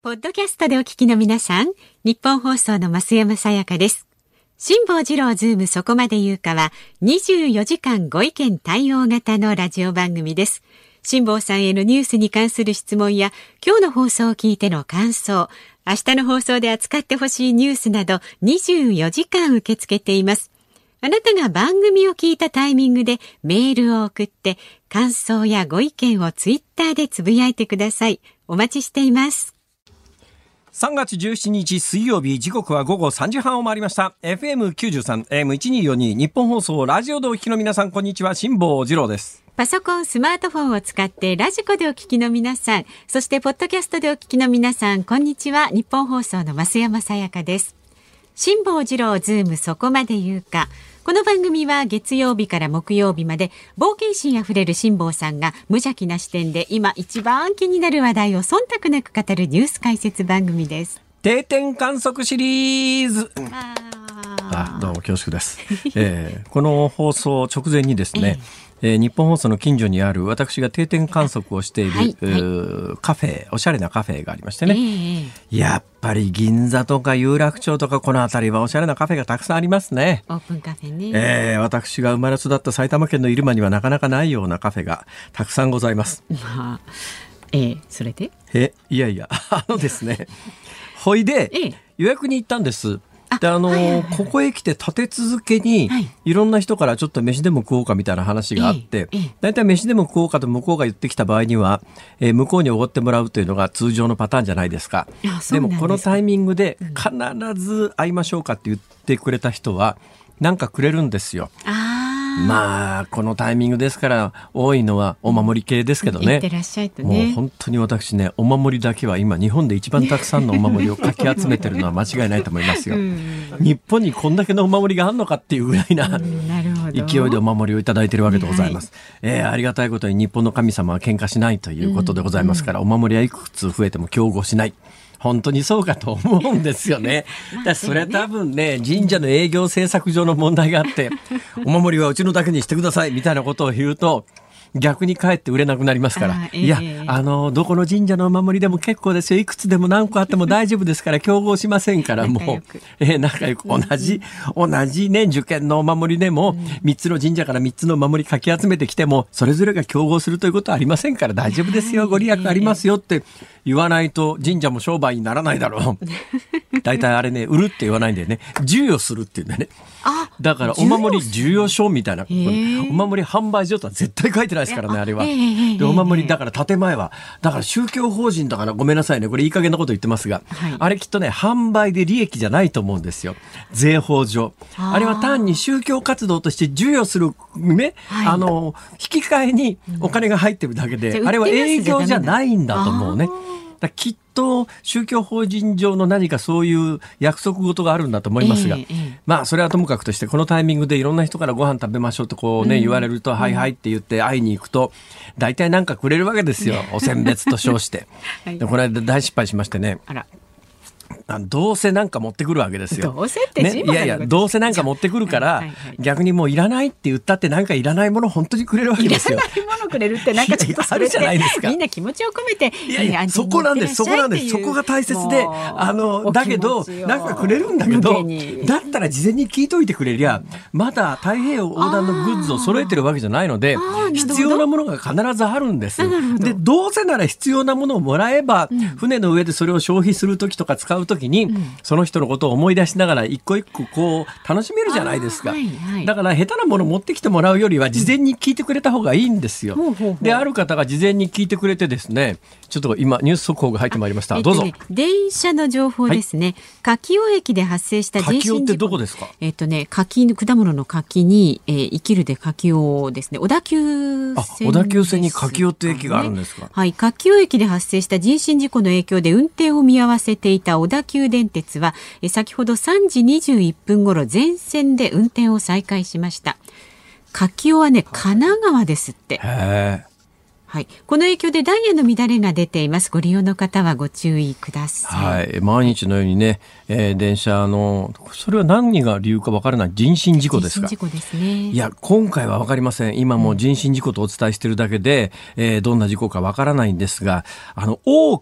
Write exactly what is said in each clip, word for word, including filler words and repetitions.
ポッドキャストでお聞きの皆さん、日本放送の増山さやかです。辛坊治郎ズームそこまで言うかはにじゅうよじかんご意見対応型のラジオ番組です。辛坊さんへのニュースに関する質問や今日の放送を聞いての感想、明日の放送で扱ってほしいニュースなどにじゅうよじかん受け付けています。あなたが番組を聞いたタイミングでメールを送って感想やご意見をツイッターでつぶやいてください。お待ちしています。 さんがつじゅうしちにち水曜日、時刻はごごさんじはんを回りました。 エフエムきゅうじゅうさん エーエムせんにひゃくよんじゅうに 日本放送ラジオでお聞きの皆さん、こんにちは。辛坊治郎です。 パソコン、スマートフォンを使ってラジコでお聞きの皆さん、そしてポッドキャストでお聞きの皆さん、こんにちは。日本放送の増山さやかです。辛坊治郎ズームそこまで言うか。この番組は月曜日から木曜日まで冒険心あふれる辛坊さんが無邪気な視点で今一番気になる話題を忖度なく語るニュース解説番組です。 定点観測シリーズ。 ああ、どうも恐縮です、えー、この放送直前にですね、えーえー、日本放送の近所にある私が定点観測をしている、はいはい、カフェ、おしゃれなカフェがありましてね、えー、やっぱり銀座とか有楽町とかこの辺りはおしゃれなカフェがたくさんありますね。 オープンカフェね、 えー、私が生まれ育った埼玉県の入間にはなかなかないようなカフェがたくさんございます。 まあ、えー、それでえいやいやあのですねほいで、ええ、予約に行ったんです。であの、はいはいはい、ここへ来て立て続けに、はい、いろんな人からちょっと飯でも食おうかみたいな話があって、えええ、だいたい飯でも食おうかと向こうが言ってきた場合には、えー、向こうにおごってもらうというのが通常のパターンじゃないですか。でもこのタイミングで必ず会いましょうかって言ってくれた人はなんかくれるんですよ。あまあこのタイミングですから多いのはお守り系ですけどね。 いってらっしゃいとね。 もう本当に私ね、お守りだけは今日本で一番たくさんのお守りをかき集めてるのは間違いないと思いますよ日本にこんだけのお守りがあるのかっていうぐらいな勢いでお守りをいただいているわけでございます、はいえー、ありがたいことに日本の神様は喧嘩しないということでございますから、うんうん、お守りはいくつ増えても競合しない。本当にそうかと思うんですよね。だそれは多分ね、神社の営業政策上の問題があってお守りはうちのだけにしてくださいみたいなことを言うと逆にかえって売れなくなりますから、えー、いや、あのどこの神社のお守りでも結構ですよ、いくつでも何個あっても大丈夫ですから競合しませんから、もうえー、仲良く同じ、うん、同じね受験のお守りでも、うん、みっつの神社からみっつのお守りかき集めてきてもそれぞれが競合するということはありませんから大丈夫ですよ、ご利益ありますよって言わないと神社も商売にならないだろうだいたいあれね、売るって言わないんだよね、授与するっていうんだよね。あ、だからお守り授与書みたいな、お守り販売所とは絶対書いてないですからね、あれは。でお守りだから建前はだから宗教法人だからごめんなさいね、これいい加減なこと言ってますが、はい、あれきっとね販売で利益じゃないと思うんですよ、税法上。 あ, あれは単に宗教活動として授与するね、はい、あの引き換えにお金が入ってるだけで、うん、あれは営業じゃないんだと思うね。だきっと宗教法人上の何かそういう約束事があるんだと思いますが、えーえー、まあそれはともかくとしてこのタイミングでいろんな人からご飯食べましょうとこうね、うん、言われると、うん、はいはいって言って会いに行くと大体なんかくれるわけですよお選別と称して、はい、でこの間大失敗しましてね、あらどうせなんか持ってくるわけですよ。 どうせって、ね、 いやいやどうせなんか持ってくるから、はいはいはい、逆にもういらないって言ったってなんかいらないもの本当にくれるわけですよ。 いらないものくれるってなんかちょっとそれってみんな気持ちを込めていやいやそこなんですそこなんですそこが大切で、あのだけどなんかくれるんだけどだったら事前に聞いといてくれりゃまだ太平洋横断のグッズを揃えてるわけじゃないので必要なものが必ずあるんです。でどうせなら必要なものをもらえば、うん、船の上でそれを消費するときとか使うときに、うん、その人のことを思い出しながら一個一個こう楽しめるじゃないですか、はいはい、だから下手なもの持ってきてもらうよりは事前に聞いてくれた方がいいんですよ、うん、である方が事前に聞いてくれてですね、ちょっと今ニュース速報が入ってまいりました、どうぞ、 えっとね、電車の情報ですね、はい、柿尾駅で発生した人身事故。 柿尾ってどこですか？ えっとね、柿果物の柿に、えー、生きるで柿尾ですね、小田急線、 あ、小田急線に柿尾って駅があるんですか？ はい、柿尾駅で発生した人身事故の影響で運転を見合わせていた小田急電鉄はえ先ほどさんじにじゅういっぷん頃全線で運転を再開しました。柿尾はね神奈川ですって。 へー、 はい、この影響でダイヤの乱れが出ています。ご利用の方はご注意ください。 はい、毎日のようにね、えー、電車のそれは何が理由か分からない人身事故ですか？ 人身事故ですね。 いや今回は分かりません。今もう人身事故とお伝えしているだけで、うん、えー、どんな事故か分からないんですが、あの多く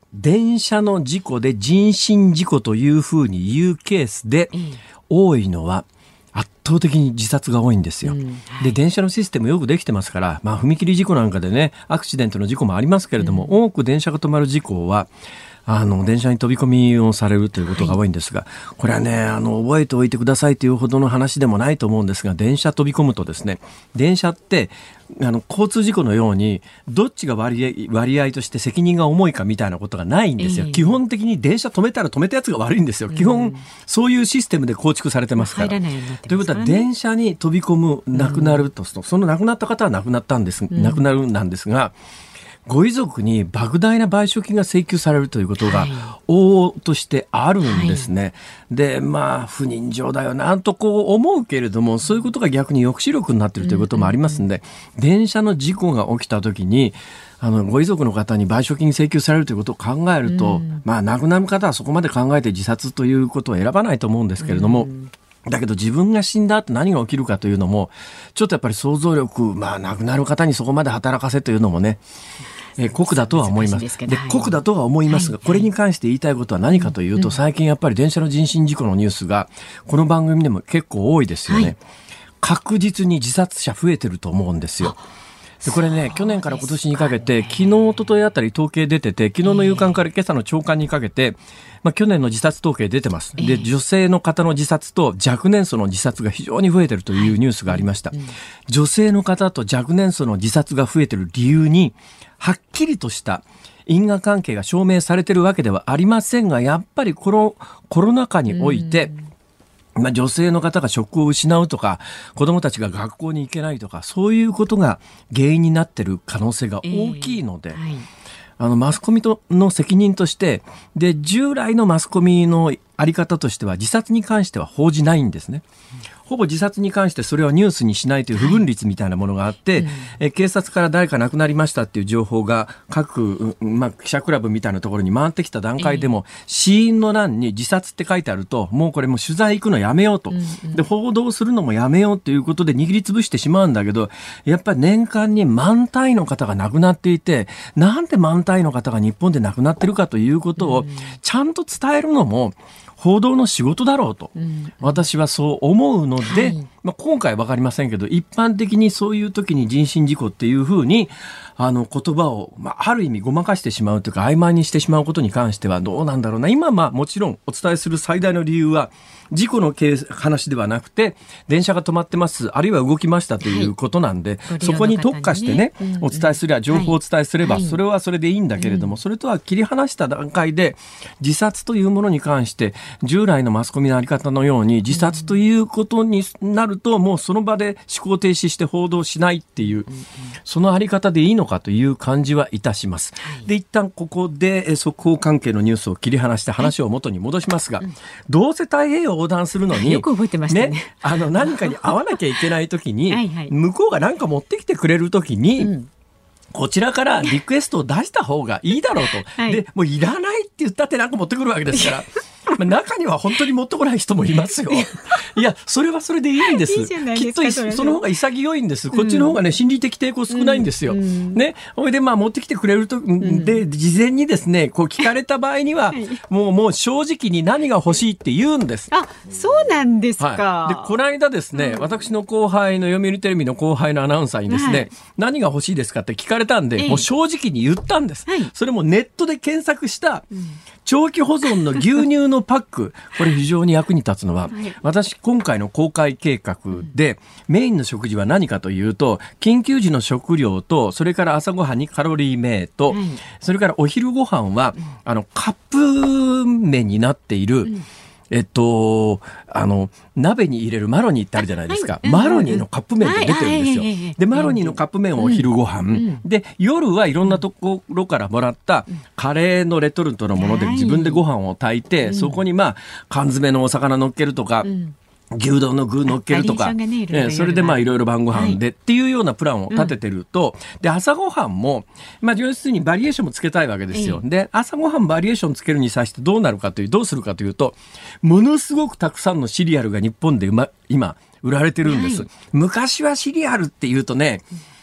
電車の事故で人身事故というふうに言うケースで多いのは圧倒的に自殺が多いんですよ、うんはい、で電車のシステムよくできてますから、まあ、踏切事故なんかでねアクシデントの事故もありますけれども、うん、多く電車が止まる事故はあの電車に飛び込みをされるということが多いんですが、はい、これはねあの覚えておいてくださいというほどの話でもないと思うんですが、電車飛び込むとですね、電車ってあの交通事故のようにどっちが割合、割合として責任が重いかみたいなことがないんですよ、えー、基本的に電車止めたら止めたやつが悪いんですよ、基本そういうシステムで構築されてますから、うん、ということは電車に飛び込む亡くなると、うん、その亡くなった方は亡くなったんです、うん、亡くなるなんですが、ご遺族に莫大な賠償金が請求されるということが往々としてあるんですね、はい、でまあ不人情だよなとこう思うけれども、そういうことが逆に抑止力になっているということもありますので、うんうんうん、電車の事故が起きた時にあのご遺族の方に賠償金請求されるということを考えると、うん、まあ亡くなる方はそこまで考えて自殺ということを選ばないと思うんですけれども、うんだけど自分が死んだ後何が起きるかというのもちょっとやっぱり想像力、まあ亡くなる方にそこまで働かせというのもね、えー、酷だとは思います。で、酷だとは思いますが、これに関して言いたいことは何かというと、最近やっぱり電車の人身事故のニュースがこの番組でも結構多いですよね。確実に自殺者増えてると思うんですよ。でこれね、去年から今年にかけて、昨日一昨日あたり統計出てて、昨日の夕刊から今朝の朝刊にかけて、まあ、去年の自殺統計出てます。で、女性の方の自殺と若年層の自殺が非常に増えてるというニュースがありました。女性の方と若年層の自殺が増えてる理由に、はっきりとした因果関係が証明されてるわけではありませんが、やっぱりこのコロナ禍において、まあ、女性の方が職を失うとか子どもたちが学校に行けないとかそういうことが原因になっている可能性が大きいので、えーはい、あのマスコミとの責任としてで従来のマスコミのあり方としては自殺に関しては報じないんですね。ほぼ自殺に関してそれはニュースにしないという不分率みたいなものがあって、はいうん、え警察から誰か亡くなりましたっていう情報が各、まあ、記者クラブみたいなところに回ってきた段階でも、えー、死因の欄に自殺って書いてあるともうこれもう取材行くのやめようと、うんうん、で報道するのもやめようということで握りつぶしてしまうんだけど、やっぱり年間に万単位の方が亡くなっていて、なんで万単位の方が日本で亡くなってるかということをちゃんと伝えるのも報道の仕事だろうと、うん、私はそう思うので、はいまあ、今回は分かりませんけど一般的にそういう時に人身事故っていうふうにあの言葉を、まあ、ある意味ごまかしてしまうというか曖昧にしてしまうことに関してはどうなんだろうな。今まあもちろんお伝えする最大の理由は事故の話ではなくて電車が止まってますあるいは動きましたということなんで、はい、そこに特化してね、うんうん、お伝えすれば情報をお伝えすれば、はい、それはそれでいいんだけれども、はい、それとは切り離した段階で自殺というものに関して従来のマスコミのあり方のように自殺ということになるともうその場で思考停止して報道しないっていうそのあり方でいいのかという感じはいたします。で一旦ここで速報関係のニュースを切り離して話を元に戻しますが、はい、どうせ太平洋横断するのによく覚えてましたね。 ね、あの何かに会わなきゃいけない時にはい、はい、向こうが何か持ってきてくれる時に、うんこちらからリクエストを出した方がいいだろうと、はい、でもういらないって言ったってなんか持ってくるわけですからまあ中には本当に持ってこない人もいますよ。いやそれはそれでいいんです。いいじゃないですか。きっとその方が潔いんです。こっちの方がね、うん、心理的抵抗少ないんですよ、うん、ね。ほいでまあ持ってきてくれると、うん、で事前にですねこう聞かれた場合には、はい、もうもう正直に何が欲しいって言うんです。 あそうなんですか、 はい、でこの間ですね、うん、私の後輩の読売テレビの後輩のアナウンサーにですね、はい、何が欲しいですかって聞かれたんで、ええ、もう正直に言ったんです、はい、それもネットで検索した長期保存の牛乳のパックこれ非常に役に立つのは、はい、私今回の公開計画で、うん、メインの食事は何かというと緊急時の食料とそれから朝ごはんにカロリーメイト、はい、それからお昼ごはんは、うん、あのカップ麺になっている、うんえっと、あの、鍋に入れるマロニーってあるじゃないですか。はい、マロニーのカップ麺って出てるんですよ。はい、で、マロニーのカップ麺をお昼ご飯、うん、で、夜はいろんなところからもらったカレーのレトルトのもので自分でご飯を炊いて、うん、そこにまあ、缶詰のお魚乗っけるとか、うん牛丼の具乗っけるとか、ねね、それでまあいろいろ晩ご飯で、はい、っていうようなプランを立ててると、うん、で朝ごはんもまあ要するにバリエーションもつけたいわけですよ、ええ、で朝ごはんバリエーションつけるに際してどうなるかというどうするかというとものすごくたくさんのシリアルが日本で、ま、今売られてるんです、はい、昔はシリアルっていうとね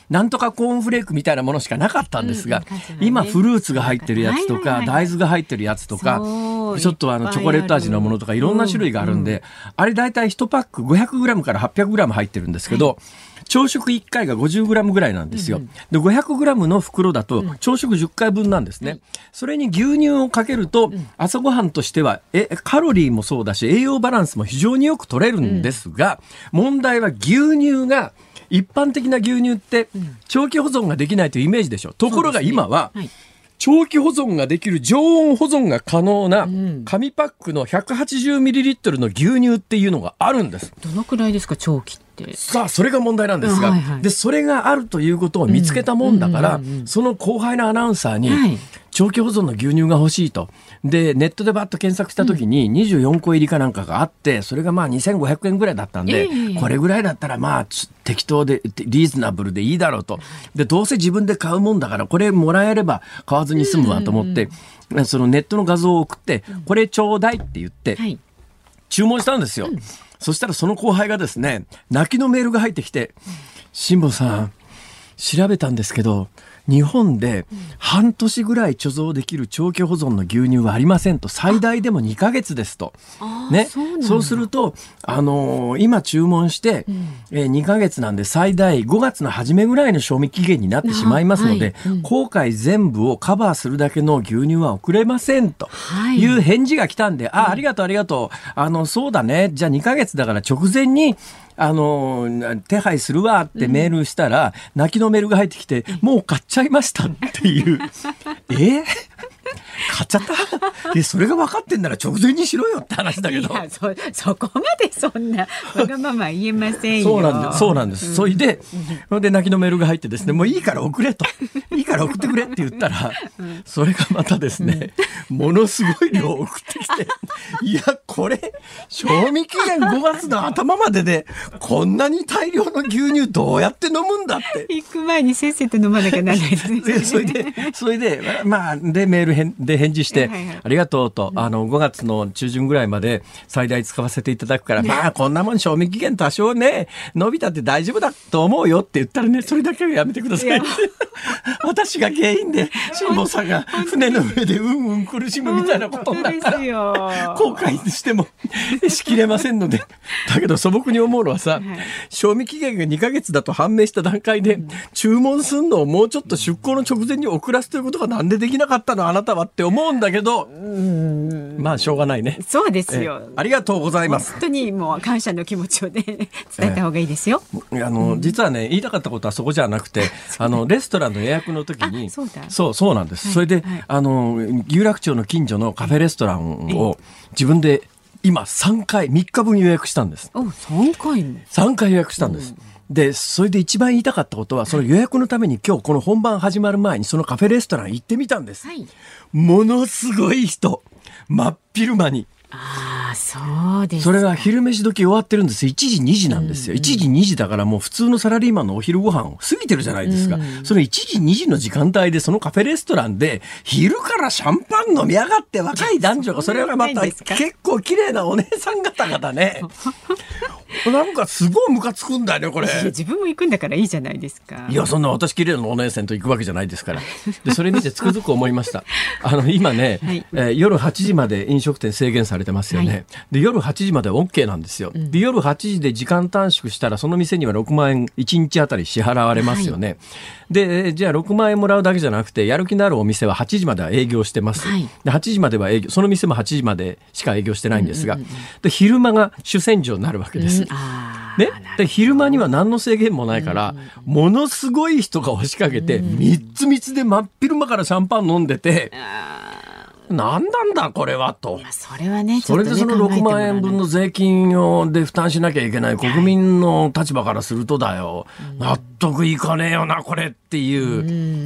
なんとかコーンフレークみたいなものしかなかったんですが、うん、今フルーツが入ってるやつとか、はいはいはい、大豆が入ってるやつとかちょっとあのチョコレート味のものとかいろんな種類があるんで、うんうん、あれだいたいいちパック ごひゃくグラム から はっぴゃくグラム 入ってるんですけど、はい、朝食いっかいが ごじゅうグラム ぐらいなんですよ、うん、で ごひゃくグラム の袋だと朝食じゅっかいぶんなんですね、うん、それに牛乳をかけると朝ごはんとしてはえカロリーもそうだし栄養バランスも非常によく取れるんですが、うん、問題は牛乳が一般的な牛乳って長期保存ができないというイメージでしょ。ところが今は長期保存ができる常温保存が可能な紙パックの ひゃくはちじゅうミリリットル の牛乳っていうのがあるんです。 どのくらいですか長期って。 さあそれが問題なんですが、はいはい、でそれがあるということを見つけたもんだから、うんうんうんうん、その後輩のアナウンサーに、はい、長期保存の牛乳が欲しいと。でネットでバッと検索した時ににじゅうよんこ入りかなんかがあって、それがまあにせんごひゃくえんぐらいだったんで、えー、これぐらいだったらまあ適当でリーズナブルでいいだろうと。でどうせ自分で買うもんだからこれもらえれば買わずに済むわと思って、うんうん、そのネットの画像を送ってこれちょうだいって言って注文したんですよ、うん、そしたらその後輩がですね泣きのメールが入ってきて、辛坊さん調べたんですけど日本で半年ぐらい貯蔵できる長期保存の牛乳はありませんと。最大でもにかげつですと、ね、そう、そうすると、あのー、今注文して、うんえー、にかげつなんで最大ごがつの初めぐらいの賞味期限になってしまいますので、はいうん、後悔全部をカバーするだけの牛乳は送れませんという返事が来たんで、はい、あ、ありがとうありがとう、あのそうだね、じゃあにかげつだから直前にあの手配するわってメールしたら、うん、泣きのメールが入ってきて、もう買っちゃいましたっていうえ買っちゃったでそれが分かってんなら直前にしろよって話だけど、いや そ, そこまでそんなわがまま言えませんよ。 そうなんです、そうなんです、うん、それで、それで泣きのメールが入ってですね、もういいから送れといいから送ってくれって言ったら、うん、それがまたですね、うん、ものすごい量送ってきていやこれ賞味期限ごがつの頭まででこんなに大量の牛乳どうやって飲むんだって行く前にせっせと飲まなきゃならないですねそれでそれでまあでメール返で返事して、はいはい、ありがとうと、あのごがつの中旬ぐらいまで最大使わせていただくから、ね、まあこんなもん賞味期限多少ね伸びたって大丈夫だと思うよって言ったらね、それだけはやめてくださいって私が原因で辛坊さんが船の上でうんうん苦しむみたいなことになったら後悔してもしきれませんのでだけど素朴に思うのはさ、はい、賞味期限がにかげつだと判明した段階で、うん、注文するのをもうちょっと出港の直前に遅らすということがなんでできなかったのあなたはって思うんだけど、うーんまあしょうがないね。 そうですよ、 ありがとうございます。 本当にもう感謝の気持ちを、ね、伝えた方がいいですよ。 あの、うん、実はね言いたかったことはそこじゃなくてあのレストランの予約の時にそうだそうそうなんです、はい、それで、はい、あの有楽町の近所のカフェレストランを自分で今さんかいみっかぶん予約したんです。 おさんかいもさんかい予約したんです、うんでそれで一番言いたかったことはその予約のために今日この本番始まる前にそのカフェレストラン行ってみたんです、はい、ものすごい人真っ昼間に。 ああそうですか。 それが昼飯時終わってるんです。いちじにじなんですよ、うんうん、いちじにじだからもう普通のサラリーマンのお昼ご飯を過ぎてるじゃないですか、うん、そのいちじにじの時間帯でそのカフェレストランで昼からシャンパン飲み上がって若い男女がそれがまた結構綺麗なお姉さん方々ねなんかすごいムカつくんだよねこれ。 自分も行くんだからいいじゃないですか。 いやそんな私綺麗なお姉さんと行くわけじゃないですからでそれ見てつくづく思いましたあの今ね、はいえー、夜はちじまで飲食店制限されてますよね、はい、で夜はちじまで OK なんですよ、うん、で夜はちじで時間短縮したらその店にはろくまんえんいちにちあたり支払われますよね、はい、でじゃあろくまんえんもらうだけじゃなくてやる気のあるお店ははちじまでは営業してます、はい、ではちじまでは営業その店もはちじまでしか営業してないんですが、うんうんうん、で昼間が主戦場になるわけです、うんあね、で昼間には何の制限もないから、うん、ものすごい人が押しかけて、うん、みっつみつで真っ昼間からシャンパン飲んでて、何なんだこれはと、 まあ、それはねそれでそのろくまんえんぶんの税金をで負担しなきゃいけない国民の立場からするとだよ、うん、納得いかねえよなこれっていう、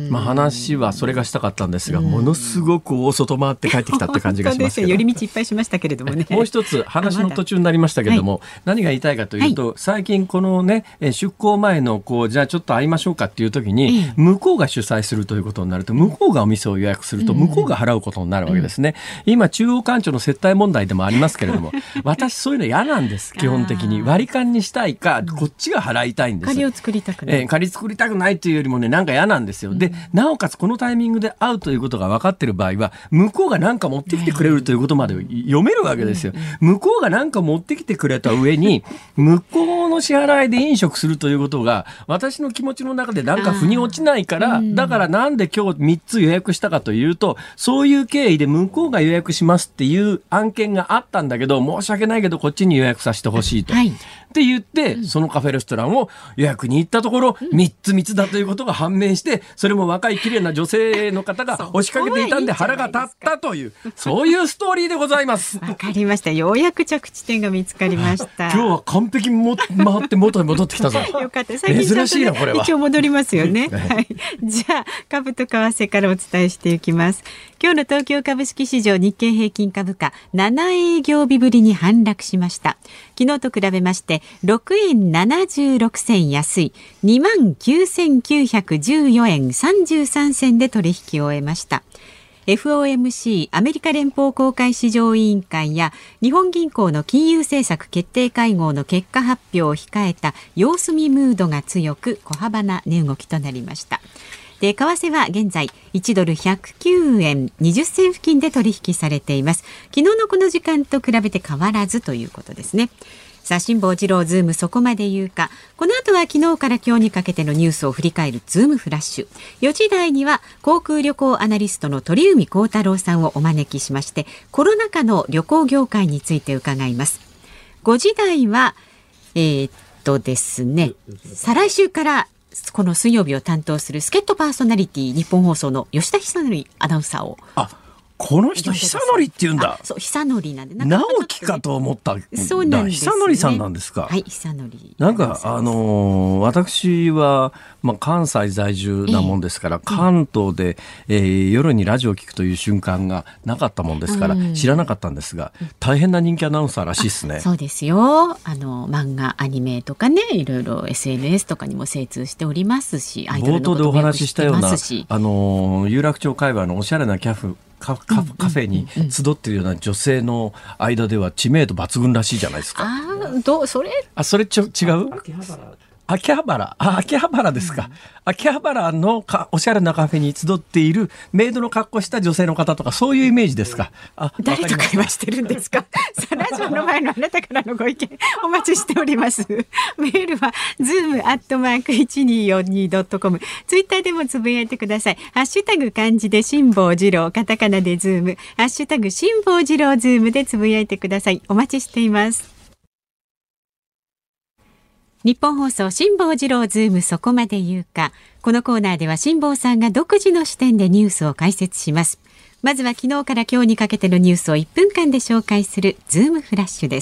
うんまあ、話はそれがしたかったんですが、うん、ものすごく大外回って帰ってきたって感じがしますけど寄り道いっぱいしましたけれどもねもう一つ話の途中になりましたけれども、はい、何が言いたいかというと、はい、最近このね出港前のこうじゃあちょっと会いましょうかっていう時に、うん、向こうが主催するということになると向こうがお店を予約すると向こうが払うことになるわけですね、うん、今中央官庁の接待問題でもありますけれども私そういうの嫌なんです基本的に割り勘にしたいかこっちが払いたいんです。 借りを作りたくない、 えー、 借り作りたくないというよりもね、なんか嫌なんですよ。で、なおかつこのタイミングで会うということが分かっている場合は、向こうが何か持ってきてくれるということまで読めるわけですよ。向こうが何か持ってきてくれた上に、向こうの支払いで飲食するということが、私の気持ちの中でなんか腑に落ちないから、だからなんで今日みっつ予約したかというと、そういう経緯で向こうが予約しますっていう案件があったんだけど、申し訳ないけどこっちに予約させてほしいと、はい、って言って、そのカフェレストランを予約に行ったところ、みっつ密だということが判明して、それも若い綺麗な女性の方が押しかけていたんで腹が立ったという、そういうストーリーでございます。 わかりました。ようやく着地点が見つかりました。 今日は完璧にも回って元に戻ってきたぞ。 よかった。最近珍しいなこれは。一応戻りますよね。はい。じゃあ株と為替からお伝えしていきます。今日の東京株式市場、日経平均株価なな営業日ぶりに反落しました。昨日と比べましてろくえんななじゅうろくせん安い にまんきゅうせんきゅうひゃくじゅうよえんさんじゅうさん銭で取引を終えました。 エフオーエムシー アメリカ連邦公開市場委員会や日本銀行の金融政策決定会合の結果発表を控えた様子見ムードが強く、小幅な値動きとなりました。で、為替は現在いちドルひゃくきゅうえんにじゅっ銭付近で取引されています。昨日のこの時間と比べて変わらずということですね。さあ、辛坊治郎ズームそこまで言うか。この後は昨日から今日にかけてのニュースを振り返るズームフラッシュ。よじ台には航空旅行アナリストの鳥海高太郎さんをお招きしまして、コロナ禍の旅行業界について伺います。ごじ台はえー、っとですね再来週からこの水曜日を担当する助っ人パーソナリティ、日本放送の吉田久典アナウンサーを。 あ、この人久典って言うんだ。 そう、久典なんで、なんか直樹かと思った。 そうなんですね。 久典さんなんですか。 はい、久典。 なんかあのー、私はまあ関西在住なもんですから、えー、関東で、えー、夜にラジオを聞くという瞬間がなかったもんですから、うん、知らなかったんですが、大変な人気アナウンサーらしいですね。 そうですよ。あの漫画、アニメとかね、いろいろ エスエヌエス とかにも精通しておりますし、アイドルのこともよく知ってますし、 冒頭でお話ししたようなあのー、有楽町界隈のおしゃれなキャフカ, カ, カフェに集っているような女性の間では知名度抜群らしいじゃないですか。 あどうそれあそれちょ違う秋葉原、あ、秋葉原ですか。うん、秋葉原のかおしゃれなカフェに集っているメイドの格好した女性の方とか、そういうイメージですか。あ、 誰と会話してるんですか。さラジオの前のあなたからのご意見お待ちしております。メールは ズームアットマークいちにーよんにードットコム、ツイッターでもつぶやいてください。ハッシュタグ漢字で辛坊治郎、カタカナでズーム、ハッシュタグ辛坊治郎ズームでつぶやいてください。お待ちしています。日本放送辛坊治郎ズームそこまで言うか。このコーナーでは辛坊さんが独自の視点でニュースを解説します。まずは昨日から今日にかけてのニュースをいっぷんかんで紹介するズームフラッシュです。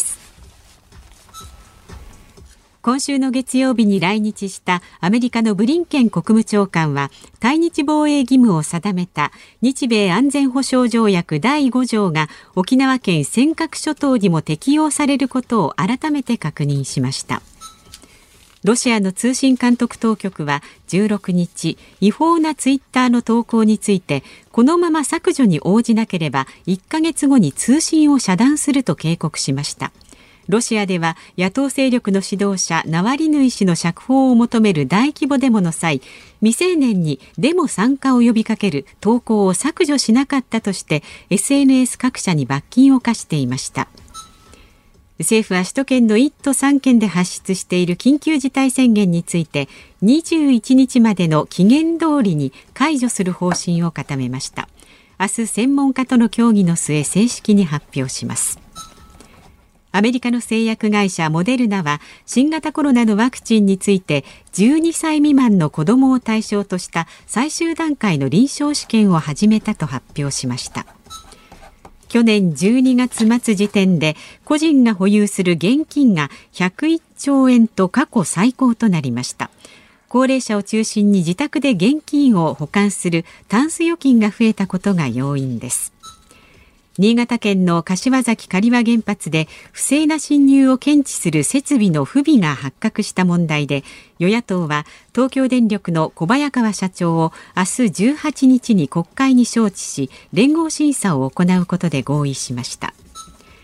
今週の月曜日に来日したアメリカのブリンケン国務長官は、対日防衛義務を定めた日米安全保障条約だいご条が沖縄県尖閣諸島にも適用されることを改めて確認しました。ロシアの通信監督当局はじゅうろくにち、違法なツイッターの投稿について、このまま削除に応じなければいっかげつごに通信を遮断すると警告しました。ロシアでは野党勢力の指導者ナワリヌイ氏の釈放を求める大規模デモの際、未成年にデモ参加を呼びかける投稿を削除しなかったとして エスエヌエス 各社に罰金を課していました。政府は首都圏のいっとさんけんで発出している緊急事態宣言についてにじゅういちにちまでの期限通りに解除する方針を固めました。明日専門家との協議の末正式に発表します。アメリカの製薬会社モデルナは新型コロナのワクチンについてじゅうにさい未満の子どもを対象とした最終段階の臨床試験を始めたと発表しました。去年じゅうにがつ末時点で個人が保有する現金がひゃくいっちょうえんと過去最高となりました。高齢者を中心に自宅で現金を保管するタンス預金が増えたことが要因です。新潟県の柏崎刈羽原発で不正な侵入を検知する設備の不備が発覚した問題で、与野党は東京電力の小早川社長を明日じゅうはちにちに国会に招致し連合審査を行うことで合意しました。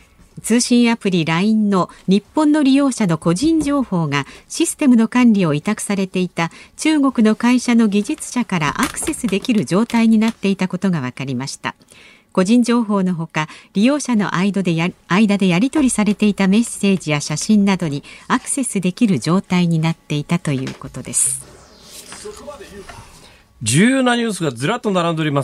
通信アプリ ライン の日本の利用者の個人情報がシステムの管理を委託されていた中国の会社の技術者からアクセスできる状態になっていたことが分かりました。個人情報のほか、利用者の間でや、間でやり取りされていたメッセージや写真などにアクセスできる状態になっていたということです。 重要なニュースがずらっと並んでおります。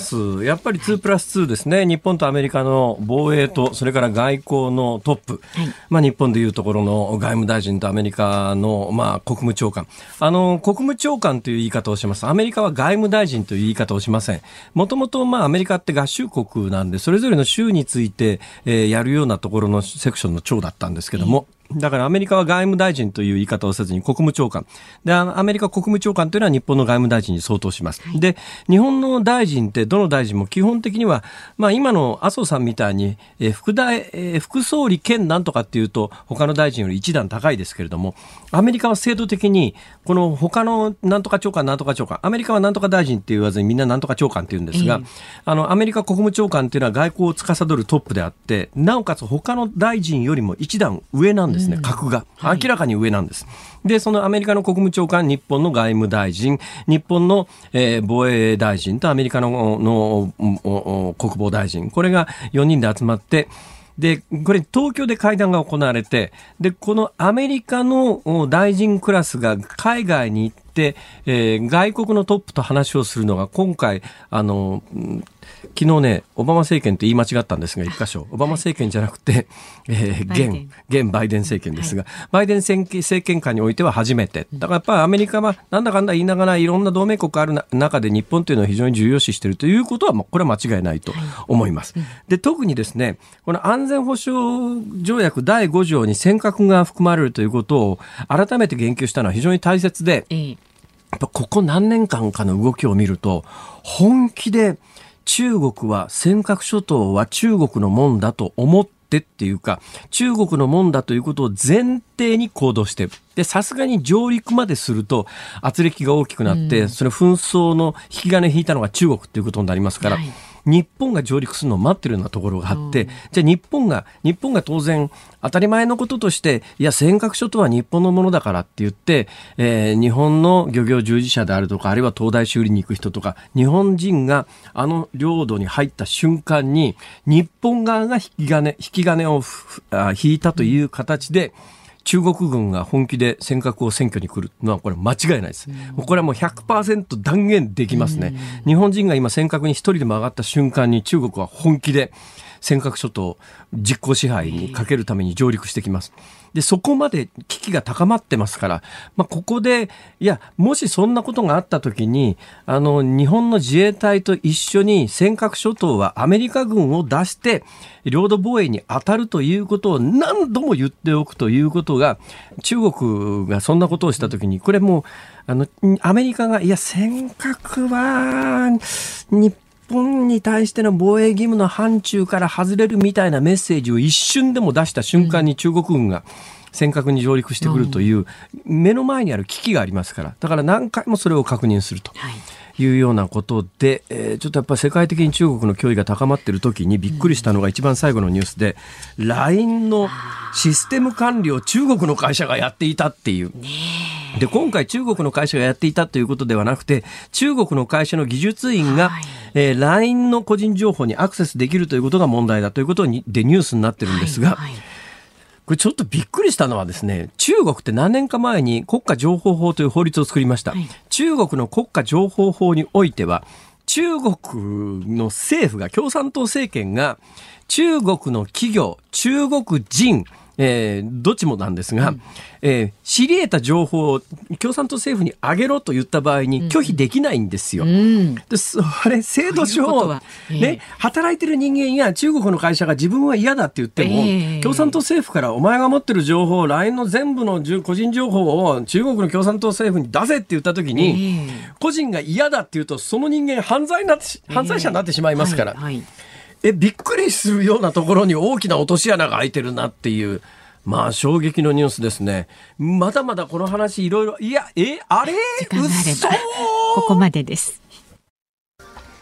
やっぱりにプラスにですね。日本とアメリカの防衛と、それから外交のトップ。はい、まあ日本でいうところの外務大臣とアメリカのまあ国務長官。あの、国務長官という言い方をします。アメリカは外務大臣という言い方をしません。もともとまあアメリカって合衆国なんで、それぞれの州について、えー、やるようなところのセクションの長だったんですけども。だからアメリカは外務大臣という言い方をせずに国務長官。で、アメリカ国務長官というのは日本の外務大臣に相当します。はい、で、日本の大臣ってどの大臣も基本的には、まあ今の麻生さんみたいに、えー、副大、えー、副総理兼なんとかっていうと他の大臣より一段高いですけれども、アメリカは制度的にこの他のなんとか長官なんとか長官、アメリカはなんとか大臣って言わずにみんななんとか長官って言うんですが、えー、あのアメリカ国務長官っていうのは外交を司るトップであって、なおかつ他の大臣よりも一段上なんですね。うん、格が明らかに上なんです。はい、で、そのアメリカの国務長官、日本の外務大臣、日本の、えー、防衛大臣とアメリカの、の国防大臣、これがよにんで集まって、で、これ東京で会談が行われて、で、このアメリカの大臣クラスが海外に行って、えー、外国のトップと話をするのが今回、あの、昨日ね、オバマ政権って言い間違ったんですが、一箇所、オバマ政権じゃなくて、えー、現、現バイデン政権ですが、はい、バイデン政権下においては初めて。だからやっぱりアメリカはなんだかんだ言いながらいろんな同盟国ある中で日本というのを非常に重要視しているということは、これは間違いないと思います。はい、で、特にですね、この安全保障条約だいご条に尖閣が含まれるということを改めて言及したのは非常に大切で、やっぱここ何年間かの動きを見ると、本気で中国は尖閣諸島は中国のもんだと思ってっていうか、中国のもんだということを前提に行動して、で、さすがに上陸まですると圧力が大きくなって、うん、それ紛争の引き金引いたのが中国っていうことになりますから、はい、日本が上陸するのを待ってるようなところがあって、うん、じゃあ日本が、日本が当然当たり前のこととして、いや、尖閣諸島は日本のものだからって言って、えー、日本の漁業従事者であるとか、あるいは東大修理に行く人とか、日本人があの領土に入った瞬間に、日本側が引き金、引き金を引いたという形で、中国軍が本気で尖閣を占拠に来るのはこれ間違いないです。もうこれはもう ひゃくパーセント 断言できますね。日本人が今尖閣に一人でも上がった瞬間に中国は本気で尖閣諸島実効支配にかけるために上陸してきます。で、そこまで危機が高まってますから、まあ、ここで、いや、もしそんなことがあったときに、あの、日本の自衛隊と一緒に尖閣諸島はアメリカ軍を出して、領土防衛に当たるということを何度も言っておくということが、中国がそんなことをしたときに、これもう、あの、アメリカが、いや、尖閣は、日日本に対しての防衛義務の範疇から外れるみたいなメッセージを一瞬でも出した瞬間に中国軍が尖閣に上陸してくるという目の前にある危機がありますから、だから何回もそれを確認するというようなことで、えー、ちょっとやっぱり世界的に中国の脅威が高まっている時にびっくりしたのが一番最後のニュースで、 ライン のシステム管理を中国の会社がやっていたっていう。で、今回中国の会社がやっていたということではなくて、中国の会社の技術員が、はい、えー、ライン の個人情報にアクセスできるということが問題だということにでニュースになってるんですが、はいはい、これちょっとびっくりしたのはですね、中国って何年か前に国家情報法という法律を作りました。はい、中国の国家情報法においては、中国の政府が、共産党政権が中国の企業、中国人、えー、どっちもなんですが、うん、えー、知り得た情報を共産党政府に上げろと言った場合に拒否できないんですよ。うん、でそれ制度上、えーね、働いてる人間や中国の会社が自分は嫌だって言っても、えー、共産党政府からお前が持ってる情報、ライン の全部の個人情報を中国の共産党政府に出せって言った時に、えー、個人が嫌だって言うとその人間犯罪になって、犯罪者になってしまいますから、えーはいはい、えびっくりするようなところに大きな落とし穴が開いてるなっていう、まあ衝撃のニュースですね。まだまだこの話いろいろ、いや、え、あれ、 時間があればここまでです。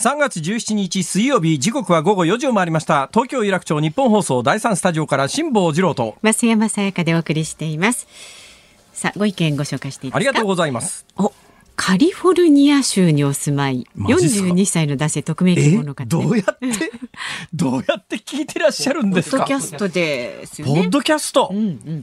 さんがつじゅうしちにち水曜日、時刻は午後よじを回りました。東京有楽町日本放送だいさんスタジオから辛坊治郎と増山さやかでお送りしています。さあ、ご意見ご紹介していいですか。 ありがとうございます。 おカリフォルニア州にお住まいよんじゅうにさいの男性、匿名希望の方、ね、 どうやってどうやって聞いてらっしゃるんですか。 ポッドキャストですよね。 ポッドキャスト、 うんうん、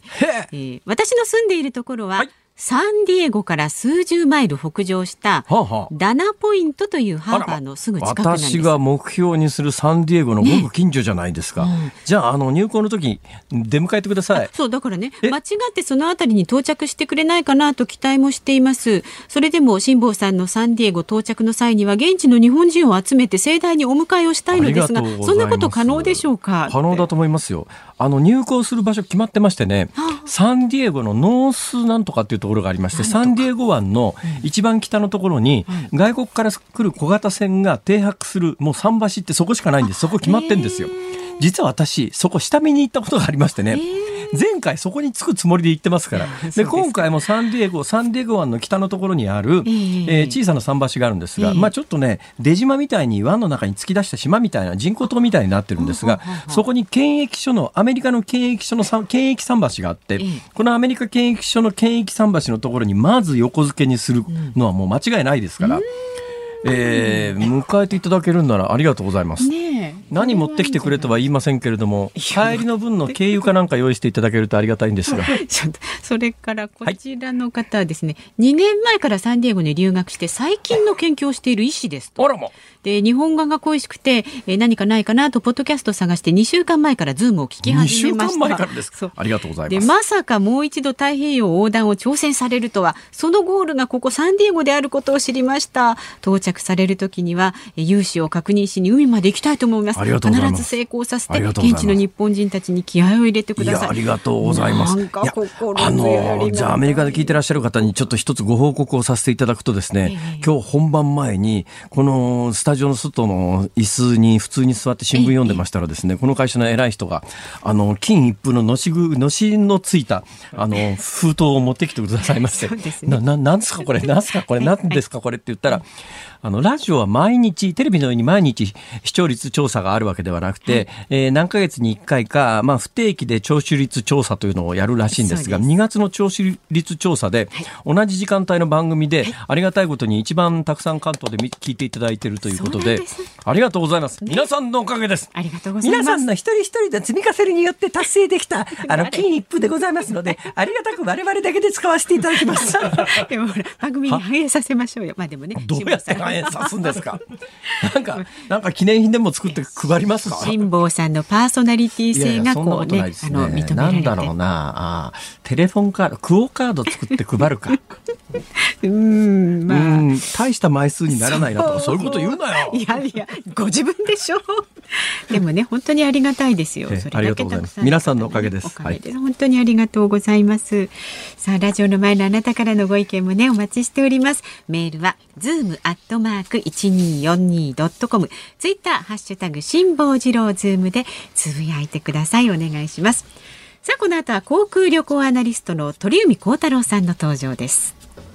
えー、私の住んでいるところは、はい、サンディエゴから数十マイル北上したダナポイントというハーバーのすぐ近くなんです。 私が目標にするサンディエゴのごく近所じゃないですか、ね、うん、じゃあ、あの入港の時出迎えてください。 そうだからね、間違ってそのあたりに到着してくれないかなと期待もしています。それでも辛坊さんのサンディエゴ到着の際には現地の日本人を集めて盛大にお迎えをしたいのですが、そんなこと可能でしょうか。 可能だと思いますよ。あの入港する場所決まってましてね、サンディエゴのノースなんとかっていうところがありまして、サンディエゴ湾の一番北のところに外国から来る小型船が停泊するもう桟橋ってそこしかないんです。そこ決まってんですよ。実は私そこ下見に行ったことがありましてね、前回そこに着くつもりで行ってますから。で今回もサンディエゴサンディエゴ湾の北のところにある、えーえー、小さな桟橋があるんですが、えーまあ、ちょっとね出島みたいに湾の中に突き出した島みたいな人工島みたいになってるんですが、そこに検疫所のアメリカの検疫所の検疫桟橋があって、えー、このアメリカ検疫所の検疫桟橋のところにまず横付けにするのはもう間違いないですから、うん、えー、迎えていただけるんならありがとうございます、ね、何持ってきてくれとは言いませんけれども、帰りの分の軽油かなんか用意していただけるとありがたいんですがちょっとそれからこちらの方はですね、はい、にねんまえからサンディエゴに留学して最近の研究をしている医師ですと。 あらま。 で日本語が恋しくて、えー、何かないかなとポッドキャストを探してにしゅうかんまえからズームを聞き始めました。にしゅうかんまえからですか。 ありがとうございます。 でまさかもう一度太平洋横断を挑戦されるとは、そのゴールがここサンディエゴであることを知りました。到着される時には融資を確認しに海まで行きたいと思います。 ありがとうございます。 必ず成功させて現地の日本人たちに気合を入れてください。 いやありがとうございます。 なんか心あのじゃあアメリカで聞いてらっしゃる方にちょっと一つご報告をさせていただくとですね、えー、今日本番前にこのスタジオの外の椅子に普通に座って新聞読んでましたらですね、この会社の偉い人があの金一封ののしぐのしのついたあの封筒を持ってきてくださいまして、ね、な, な, なんですかこれなんですかこれなんですかこれって言ったら、あのラジオは毎日テレビのように毎日視聴率調査があるわけではなくて、はい、えー、何ヶ月にいっかいか、まあ、不定期で聴取率調査というのをやるらしいんですが、にがつの聴取率調査で、はい、同じ時間帯の番組で、はい、ありがたいことに一番たくさん関東で聞いていただいているということで、ありがとうございます、ね、皆さんのおかげです。 ありがとうございます。 皆さんの一人一人で積み重ねによって達成できたあの金一封でございますのでありがたく我々だけで使わせていただきますでもほら番組に反映させましょうよ。まあでもね、 どうやって反映さすんですかなんか、なんか記念品でも作って配りますか。 辛坊さんのパーソナリティ性がこうね、いやいや、そんなことないですね。あの認められて、 なんだろうなあ、テレフォンカードクオカード作って配るかうーん、まあ、うん大した枚数にならないなとかそういうこと言うなよ。 いやいやご自分でしょでもね本当にありがたいですよ。それだけありがとうございます。皆さんのおかげです。 おかげで、はい、本当にありがとうございます。さあラジオの前のあなたからのご意見もねお待ちしております。メールは ズーム アットマーク いちにーよんにー ドットコム、 ツイッターハッシュタグ辛坊治郎ズームでつぶやいてください。お願いします。さあこの後は航空旅行アナリストの鳥海高太郎さんの登場です。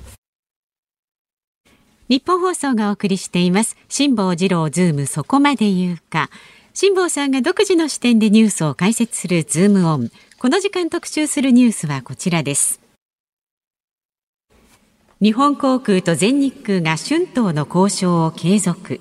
日本放送がお送りしています辛坊治郎ズームそこまで言うか。辛坊さんが独自の視点でニュースを解説するズームオン。この時間特集するニュースはこちらです。日本航空と全日空が春闘の交渉を継続。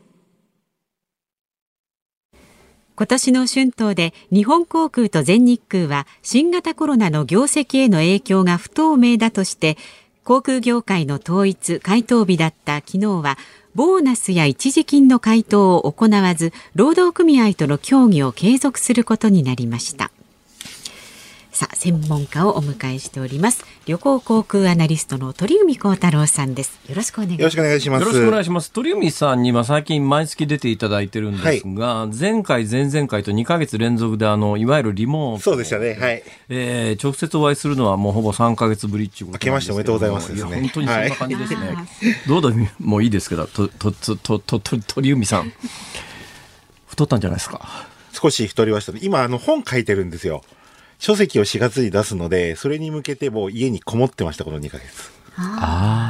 今年の春闘で日本航空と全日空は新型コロナの業績への影響が不透明だとして航空業界の統一回答日だった昨日はボーナスや一時金の回答を行わず労働組合との協議を継続することになりました。さあ専門家をお迎えしております。旅行航空アナリストの鳥海高太郎さんです。よろしくお願いします。 よろしくお願いします。 よろしくお願いします。鳥海さんには最近毎月出ていただいてるんですが、はい、前回前々回とにかげつ連続であのいわゆるリモートそうでしたね、はい、 えー、直接お会いするのはもうほぼさんかげつぶりっていうことなんですけど、明けましておめでとうございますですね。 いや本当にそんな感じですね、はい、どうだもういいですけどとととととと鳥海さん太ったんじゃないですか。 少し太りましたね。今あの本書いてるんですよ。書籍をしがつに出すのでそれに向けてもう家にこもってましたこのにかげつ。 あ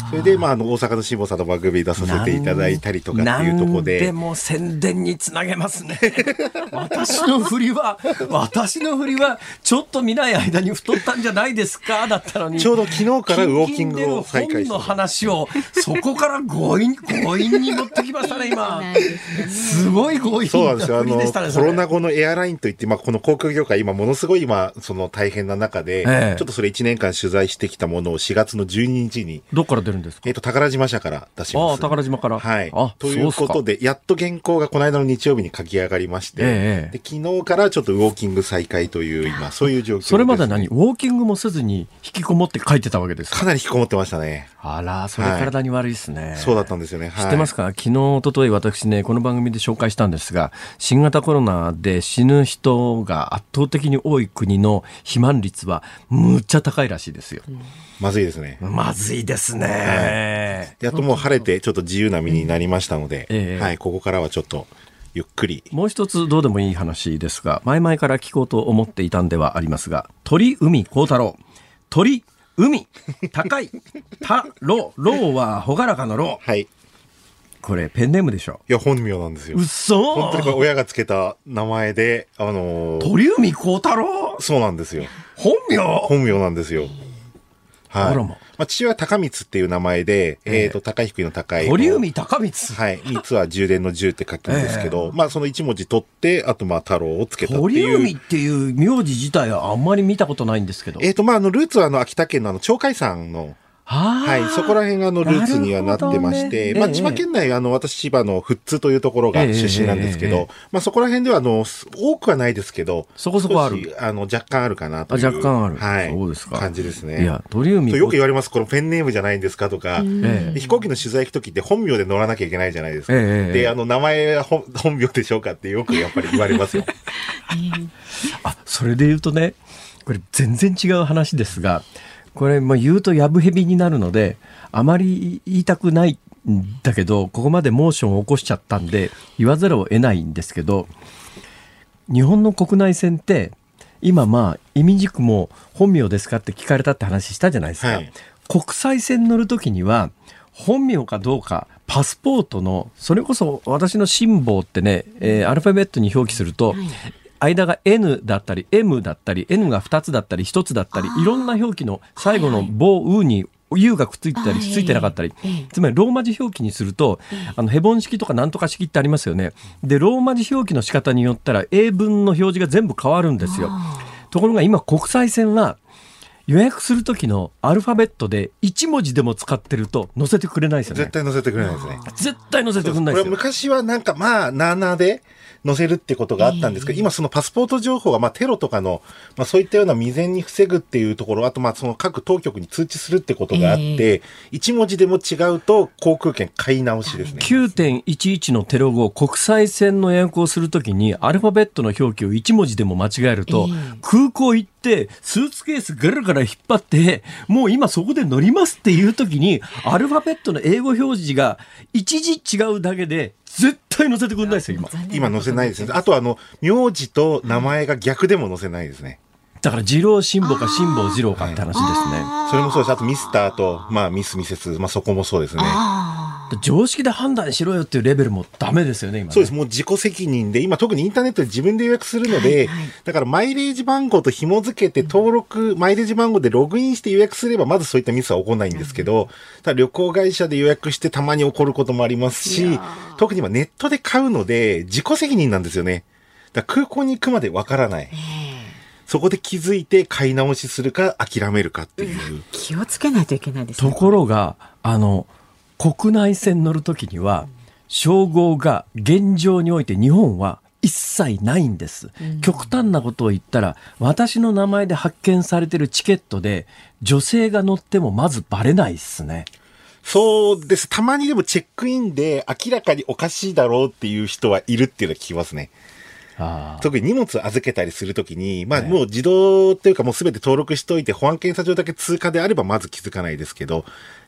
それで、まあ、あの大阪の辛坊さんの番組に出させていただいたりとかっていうところで、 でも宣伝につなげますね。私の振りは私の振りはちょっと見ない間に太ったんじゃないですかだったのに、 ちょうど昨日からウォーキングを再開して、 本の話をそこから強引強引に持ってきましたね今。すごい強引な振りでしたね。 コロナ後のエアラインといって、まあ、この航空業界今ものすごい今その大変な中で、ええ、ちょっとそれいちねんかん取材してきたものをしがつのじゅうににちにどっから出るんですか？ えっと宝島社から出します。 ああ、宝島から。 はい。ということでやっと原稿がこの間の日曜日に書き上がりまして、ええ、で昨日からちょっとウォーキング再開という今そういう状況です、ね。 それまで何ウォーキングもせずに引きこもって書いてたわけですか？ かなり引きこもってましたね。 あら、それ体に悪いですね、はい、 そうだったんですよね、はい、 知ってますか？昨日一昨日私ねこの番組で紹介したんですが、新型コロナで死ぬ人が圧倒的に多い国の肥満率はむっちゃ高いらしいですよ、うん、 まずいですね。 まずいですね、 はい、やっともう晴れてちょっと自由な身になりましたので、うんえーはい、ここからはちょっとゆっくり。 もう一つどうでもいい話ですが、前々から聞こうと思っていたんではありますが、鳥海高太郎、鳥海高い太郎、郎は朗らかの郎、 はい、 これペンネームでしょ？ いや本名なんですよ。 うっそ。 本当にこれ親がつけた名前で、あのー、 鳥海高太郎。 そうなんですよ。 本名本名なんですよ。はい。 あらま。 まあ、父親は高光っていう名前で、えっ、ー、と、高低いの高い。 鳥海高光。 はい。光は充電の充って書くんですけど、えー、まあ、その一文字取って、あとまあ、太郎をつけたっていう。 鳥海っていう名字自体はあんまり見たことないんですけど。 えっ、ー、と、まあ、あの、ルーツはあの、秋田県のあの、鳥海山の、はい、そこら辺があのルーツにはなってまして、ね、まあ、千葉県内、あの、私、千葉の富津というところが出身なんですけど、えーえー、まあ、そこら辺では、あの、多くはないですけど、 そこそこある。 あの、若干あるかなという。 あ、若干ある。 はい。 そうですか。 感じですね。 いや、鳥海。 よく言われます、このペンネームじゃないんですかとか、飛行機の取材行くときって本名で乗らなきゃいけないじゃないですか。えー、で、あの、名前は本、本名でしょうかってよくやっぱり言われますよ。 あ、それで言うとね、これ全然違う話ですが、これ、まあ、言うとやぶへびになるので、あまり言いたくないんだけど、ここまでモーションを起こしちゃったんで、言わざるを得ないんですけど、日本の国内線って、今まあ、意味軸も本名ですかって聞かれたって話したじゃないですか。はい、国際線乗るときには、本名かどうか、パスポートの、それこそ私の辛坊ってね、えー、アルファベットに表記すると、はい、間が エヌ だったり エム だったり エヌ がふたつだったりひとつだったりいろんな表記の最後の棒、はい、うに U がくっついてたりついてなかったり、つまりローマ字表記にするとあのヘボン式とかなんとか式ってありますよね。でローマ字表記の仕方によったら英文の表示が全部変わるんですよ。ところが今国際線は予約する時のアルファベットでいち文字でも使ってると載せてくれないですよね。 絶対載せてくれないですね。 絶対載せてくれないですよ。 これ昔はなんかまあなあなあで載せるってことがあったんですけど、えー、今そのパスポート情報がまあテロとかの、まあ、そういったような未然に防ぐっていうところ、あとまあその各当局に通知するってことがあって、えー、いち文字でも違うと航空券買い直しですね。 きゅうてんいちいち のテロ後、国際線の予約をするときにアルファベットの表記をいち文字でも間違えると、えー、空港行ってスーツケースガラガラ引っ張ってもう今そこで乗りますっていうときにアルファベットの英語表示が一字違うだけで絶対載せてくれないですよ今。 今載せないですね。あとあの名字と名前が逆でも載せないですね。 だから二郎辛坊か辛坊二郎かって話ですね。 それもそうです。あとミスターとまあミスミセス、まあそこもそうですね。 常識で判断しろよっていうレベルもダメですよね今ね。 そうです。もう自己責任で今特にインターネットで自分で予約するので、はいはい、だからマイレージ番号と紐付けて登録、うん、マイレージ番号でログインして予約すればまずそういったミスは起こらないんですけど、うん、ただ旅行会社で予約してたまに起こることもありますし、特に今ネットで買うので自己責任なんですよね。だから空港に行くまでわからない。そこで気づいて買い直しするか諦めるかっていう、うん、 気をつけないといけないですね。 ところがあの国内線乗るときには称号が現状において日本は一切ないんです、うん、極端なことを言ったら私の名前で発券されてるチケットで女性が乗ってもまずバレないっすね。 そうです。たまにでもチェックインで明らかにおかしいだろうっていう人はいるっていうのは聞きますね。あ特に荷物預けたりするときに、まあもう自動っていうかもうすべて登録しといて保安検査場だけ通過であればまず気づかないですけど、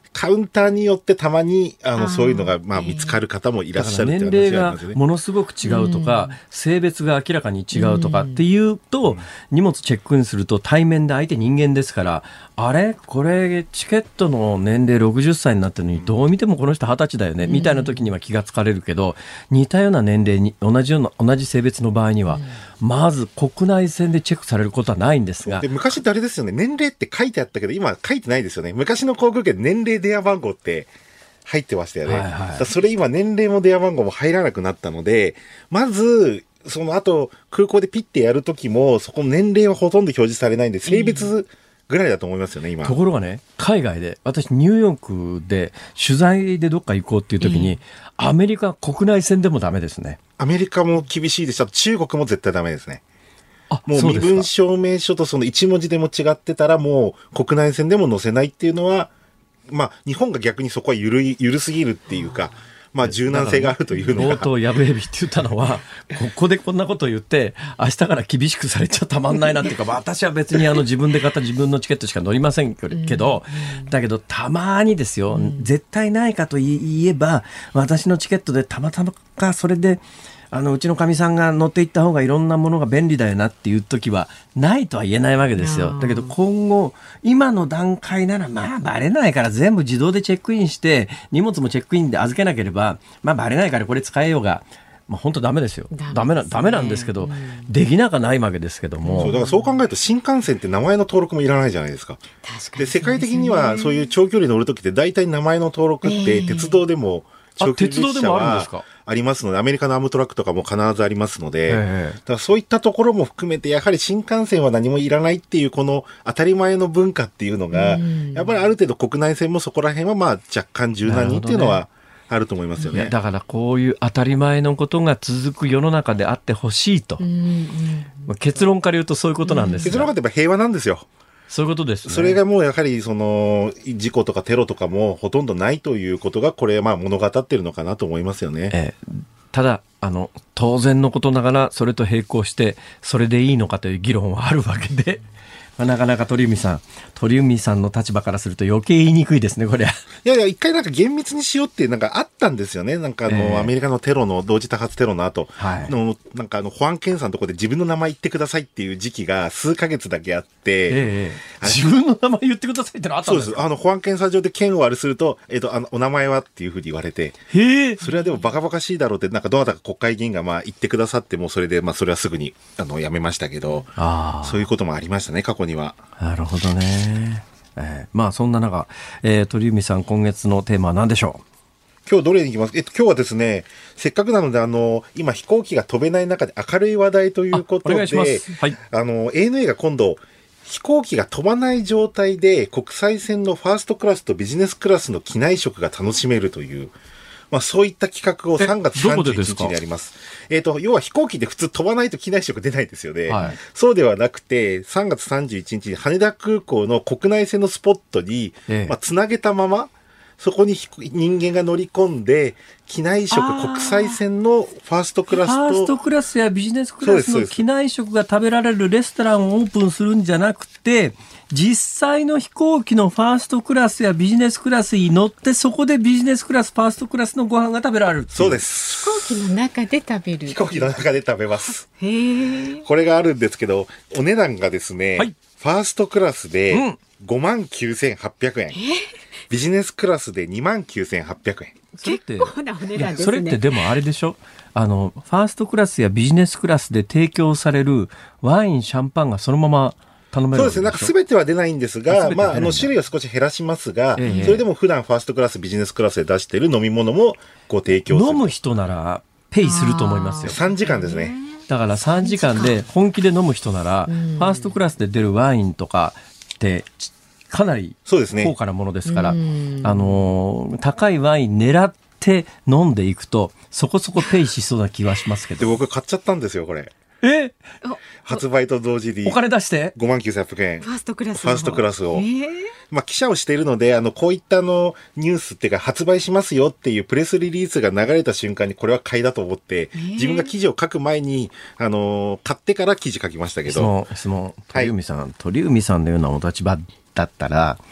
カウンターによってたまにあのそういうのがまあ見つかる方もいらっしゃるって年齢がものすごく違うとか、うん、性別が明らかに違うとかっていうと、うん、荷物チェックインすると対面で相手人間ですから、あれこれチケットの年齢ろくじゅっさいになってるのにどう見てもこの人はたちだよね、うん、みたいな時には気がつかれるけど、似たような年齢に同じような同じ性別の場合には、うん、まず国内線でチェックされることはないんですが、 で昔ってあれですよね、年齢って書いてあったけど今書いてないですよね。昔の航空券年齢電話番号って入ってましたよね、はいはい、だそれ今年齢も電話番号も入らなくなったので、まずその後空港でピッてやるときもそこの年齢はほとんど表示されないんで、性別ぐらいだと思いますよね今。 ところがね、海外で私ニューヨークで取材でどっか行こうっていう時に、うん、アメリカ国内線でもダメですね。 アメリカも厳しいでした。中国も絶対ダメですね。あ、もう身分証明書とその一文字でも違ってたらもう国内線でも載せないっていうのは、まあ日本が逆にそこはゆるい、ゆるすぎるっていうか、まあ柔軟性があるというのが。 冒頭やぶえびって言ったのは、ここでこんなこと言って、明日から厳しくされちゃたまんないなっていうか、私は別にあの自分で買った自分のチケットしか乗りませんけど、だけどたまにですよ、絶対ないかと言えば、私のチケットでたまたまかそれで、あのうちのかみさんが乗っていった方がいろんなものが便利だよなっていう時はないとは言えないわけですよ。だけど今後今の段階ならまあバレないから全部自動でチェックインして荷物もチェックインで預けなければまあバレないからこれ使えようが、まあ、本当ダメですよ。ダメな、ダメなんですけど、うん、できなくないわけですけども。 そう、だからそう考えると新幹線って名前の登録もいらないじゃないですか。確かに。で、世界的にはそういう長距離乗るときって大体名前の登録って鉄道でも長距離列車はありますので、アメリカのアムトラックとかも必ずありますので、だからそういったところも含めてやはり新幹線は何もいらないっていうこの当たり前の文化っていうのが、やっぱりある程度国内線もそこら辺はまあ若干柔軟にっていうのはあると思いますよね。 いやだからこういう当たり前のことが続く世の中であってほしいと、うんうん、結論から言うとそういうことなんですが、 結論から言えば平和なんですよ。 そういうことですね。 それがもうやはりその事故とかテロとかもほとんどないということがこれまあ物語ってるのかなと思いますよね。 ええ、ただあの当然のことながらそれと並行してそれでいいのかという議論はあるわけで、まあ、なかなか鳥海さん鳥海さんの立場からすると余計言いにくいですねこれ。いやいや一回なんか厳密にしようってなんかあったんですよね。なんかあの、えー、アメリカのテロの同時多発テロの後、はい、のなんかあの保安検査のところで自分の名前言ってくださいっていう時期が数ヶ月だけあって、 えー、自分の名前言ってくださいってのあったんですか。 そうです。あの保安検査場で検をあれすると、えっとあのお名前はっていうふうに言われて、 へそれはでもバカバカしいだろうってなんかどなたか国会議員がまあ言ってくださってもそれでまあそれはすぐにあのやめましたけど、あそういうこともありましたね過去には。 なるほどね。えー、まあそんな中、えー、鳥海さん今月のテーマは何でしょう。 今日どれに行きますか。えっと今日はですね、せっかくなのであの今飛行機が飛べない中で明るい話題ということで、あ、お願いします。はい、あの エーエヌエー が今度飛行機が飛ばない状態で国際線のファーストクラスとビジネスクラスの機内食が楽しめるという、まあそういった企画をさんがつさんじゅういちにちにやります。えっと、要は飛行機で普通飛ばないと機内食出ないですよね。はい、そうではなくて、さんがつさんじゅういちにちに羽田空港の国内線のスポットに、ええ、まあつなげたまま、そこに人間が乗り込んで、機内食、国際線のファーストクラスと。 ファーストクラスやビジネスクラスの機内食が食べられるレストランをオープンするんじゃなくて、実際の飛行機のファーストクラスやビジネスクラスに乗って、そこでビジネスクラス、ファーストクラスのご飯が食べられる。 そうです。 飛行機の中で食べる。 飛行機の中で食べます。 へー。 これがあるんですけど、お値段がですね、はい、ファーストクラスでごまんきゅうせんはっぴゃくえん。うん、ビジネスクラスでにまんきゅうせんはっぴゃくえん。 結構なお値段ですね。 それってでもあれでしょ、あのファーストクラスやビジネスクラスで提供されるワインシャンパンがそのまま頼める。 そうですね。なんか全ては出ないんですが、まああの種類は少し減らしますが、ええ、それでも普段ファーストクラスビジネスクラスで出している飲み物もご提供する。 飲む人ならペイすると思いますよ。 さんじかんですね。 だからさんじかんで本気で飲む人なら、ファーストクラスで出るワインとかってかなり高価なものですから、ね、あの高いワイン狙って飲んでいくとそこそこペイしそうな気はしますけど。 で僕買っちゃったんですよこれ。 え発売と同時にお金出してごまんきゅうせんはっぴゃくえんファーストクラスファーストクラスを、えー、まあ記者をしているのであのこういったのニュースっていうか発売しますよっていうプレスリリースが流れた瞬間にこれは買いだと思って、えー、自分が記事を書く前にあの買ってから記事書きましたけど。 そのその鳥海さん、はい、鳥海さんのようなお立場だったら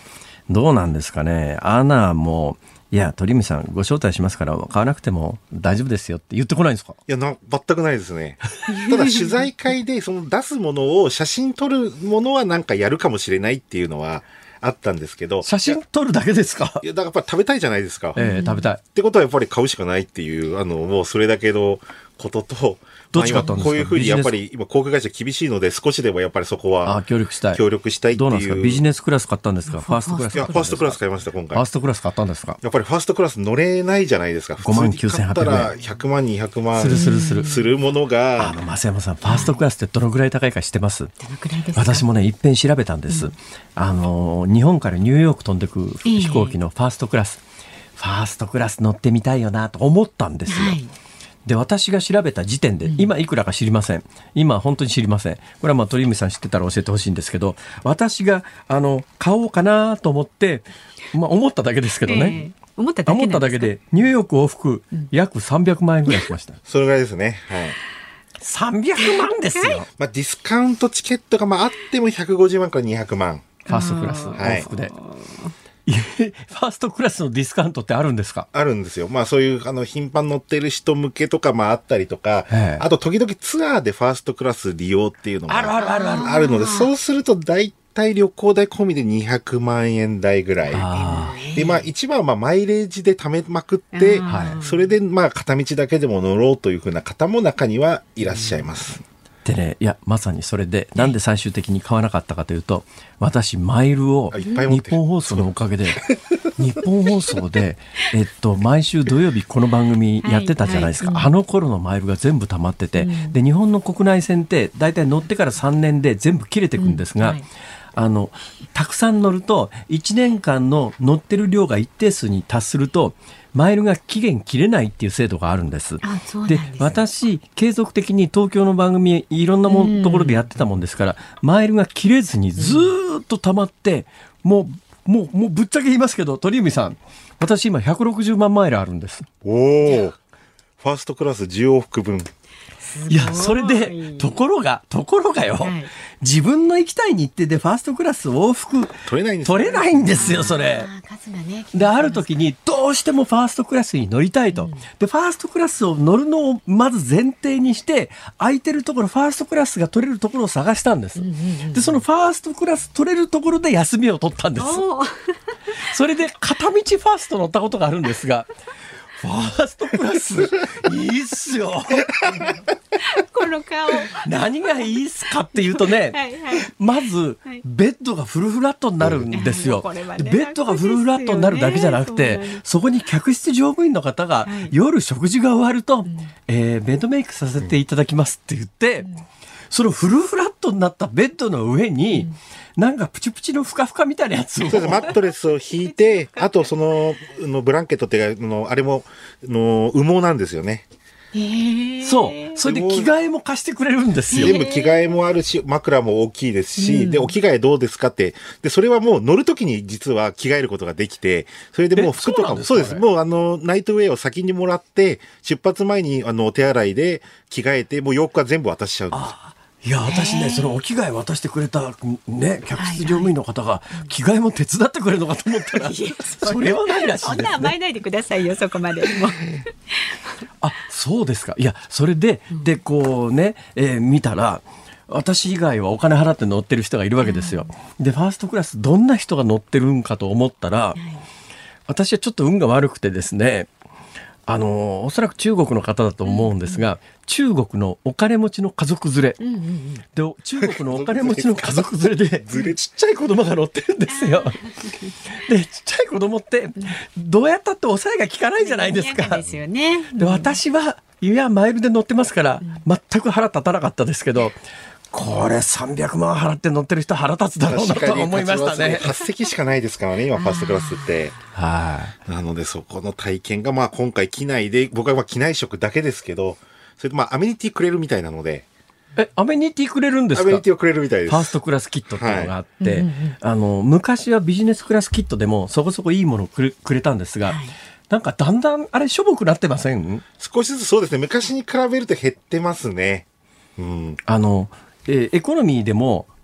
どうなんですかね。アナも、いや、鳥海さんご招待しますから買わなくても大丈夫ですよって言ってこないんですか？ いやな、全くないですね。ただ取材会でその出すものを写真撮るものはなんかやるかもしれないっていうのはあったんですけど。 写真撮るだけですか？ いや、だからやっぱ食べたいじゃないですか。 ええ、食べたい。 ってことはやっぱり買うしかないっていう、あの、もうそれだけのことと、 どっち買ったんですか？ こういうふうにやっぱり今航空会社厳しいので少しでもやっぱりそこは協力したい。 協力したいっていう。 どうなんですか？ビジネスクラス買ったんですか？ファーストクラス買ったんですか？ いや、ファーストクラス買いました今回。 ファーストクラス買ったんですか？ やっぱりファーストクラス乗れないじゃないですか。 ごまんきゅうせんはっぴゃくえん。 普通に買ったらひゃくまん、にひゃくまんするするする。 するものが。 あの、増山さん、ファーストクラスってどのぐらい高いか知ってます？ どのくらいですか？ 私もね、一遍調べたんです。うん、あの、日本からニューヨーク飛んでく飛行機のファーストクラス。ファーストクラス乗ってみたいよなと思ったんですよ。はい、で、私が調べた時点で、今いくらか知りません。今本当に知りません。これはまあ鳥海さん知ってたら教えてほしいんですけど、私があの買おうかなと思って、まあ思っただけですけどね。 えー、思っただけなんですか？ 思っただけでニューヨーク往復約さんびゃくまんえんぐらいしました。 それぐらいですね。はい。 さんびゃくまんですよ。 まあディスカウントチケットがまああってもひゃくごじゅうまんからにひゃくまん。 ファーストクラス往復で。はい、ファーストクラスのディスカウントってあるんですか？ あるんですよ。まあそういうあの頻繁乗ってる人向けとかまああったりとか、あと時々ツアーでファーストクラス利用っていうのもあるあるあるあるあるので、そうすると大体旅行代込みでにひゃくまんえん台ぐらい。でまあ一番はまあマイレージで貯めまくって、それでまあ片道だけでも乗ろうというふうな方も中にはいらっしゃいます。 でね、いやまさにそれでなんで最終的に買わなかったかというと、私マイルを日本放送のおかげで日本放送で、えっと、毎週土曜日この番組やってたじゃないですか、はいはい、あの頃のマイルが全部溜まってて、うん、で日本の国内線ってだいたい乗ってからさんねんで全部切れていくんですが、うんはい、あのたくさん乗るといちねんかんの乗ってる量が一定数に達するとマイルが期限切れないっていう制度があるんです。 あ、そうなんですね。 で、私継続的に東京の番組いろんなもんところでやってたもんですから、マイルが切れずにずーっと溜まって、うん、もうもうもうぶっちゃけ言いますけど、鳥海さん、私今ひゃくろくじゅうまんマイルあるんです。 おお、ファーストクラスじゅう往復分。 いや、それでところがところがよ、はい、自分の行きたい日程でファーストクラス往復取れないんです、 取れないんですよ、それ。 数がね、 で、ある時にどうしてもファーストクラスに乗りたいと、うん、でファーストクラスを乗るのをまず前提にして空いてるところ、ファーストクラスが取れるところを探したんです、うんうんうん、でそのファーストクラス取れるところで休みを取ったんです。それで片道ファースト乗ったことがあるんですが、ファーストクラスいいっすよこの顔。 何がいいっすかっていうとね、はいはい、まずベッドがフルフラットになるんですよ、ね、ベッドがフルフラットになるだけじゃなくて、そこに客室乗務員の方が夜食事が終わると、はい、えー、ベッドメイクさせていただきますって言って、うん、そのフルフラットになったベッドの上に、うん、なんかプチプチのふかふかみたいなやつをそうです、マットレスを引いてあとそののブランケットっていうかのあれもの羽毛なんですよね。 そうそれで着替えも貸してくれるんですよ。 全部着替えもあるし枕も大きいですし、うん、でお着替えどうですかって、でそれはもう乗るときに実は着替えることができて、それでもう服とかもそうです、もうあのナイトウェアを先にもらって出発前にあのお手洗いで着替えて、もう洋服は全部渡しちゃうんです。 あ、いや私ね、そのお着替え渡してくれた、ね、客室乗務員の方が着替えも手伝ってくれるのかと思ったら、はいはい、それはないらしいですね。そんな甘えないでくださいよ、そこまでもあ、そうですか。いやそれで、うん、でこうね、えー、見たら私以外はお金払って乗ってる人がいるわけですよ、うん、でファーストクラスどんな人が乗ってるんかと思ったら、はい、私はちょっと運が悪くてですね、あのおそらく中国の方だと思うんですが、うんうん、中国のお金持ちの家族連れ、うんうんうん、で中国のお金持ちの家族連れでちっちゃい子供が乗ってるんですよでちっちゃい子供ってどうやったって抑えが効かないじゃないですか。 ですよね、うん、 で私はいやマイルで乗ってますから、うん、全く腹立たなかったですけど、これさんびゃくまん払って乗ってる人腹立つだろうなと思いましたね。 はち席しかないですからね今ファーストクラスって。はい。なのでそこの体験がまあ今回機内で、僕はまあ機内食だけですけど、それとまあアメニティくれるみたいなので。 え、アメニティくれるんですか？ アメニティをくれるみたいです。 ファーストクラスキットっていうのがあって、はい、あの昔はビジネスクラスキットでもそこそこいいものをくれ、くれたんですが、はい、なんかだんだんあれしょぼくなってません？ 少しずつそうですね、昔に比べると減ってますね。うん、 あのえー、エコノミーでも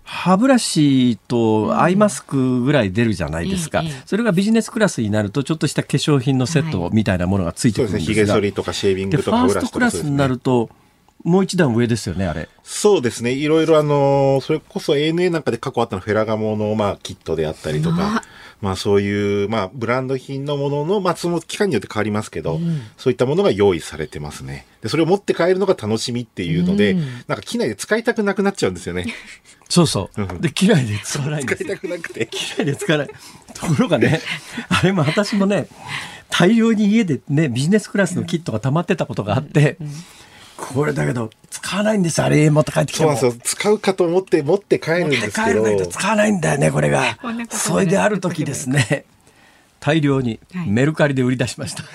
歯ブラシとアイマスクぐらい出るじゃないですか、うんええ、それがビジネスクラスになるとちょっとした化粧品のセットみたいなものがついてくるんですが、はい、そうですね、髭剃りとかシェービングとか歯ブラシとか、ファーストクラスになるともう一段上ですよね、あれ。 そうですね。いろいろあの、それこそ エーエヌエー なんかで過去あったのフェラガモのまあキットであったりとか、まあそういうまあブランド品のものの、まあその期間によって変わりますけど、うん、そういったものが用意されてますね。で、それを持って帰るのが楽しみっていうので、うん、なんか機内で使いたくなくなっちゃうんですよね。 そうそう。で、機内で使わないんです使いたくなくて。 機内で使わない。ところがね、あれも私もね、大量に家でね、ビジネスクラスのキットが溜まってたことがあって、うんうん、これだけど使わないんです、あれ持って帰ってきても。 そうなんですよ。使うかと思って持って帰るんですけど、持って帰らないと使わないんだよね、これが。それである時ですね、大量にメルカリで売り出しました、はい、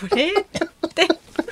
それって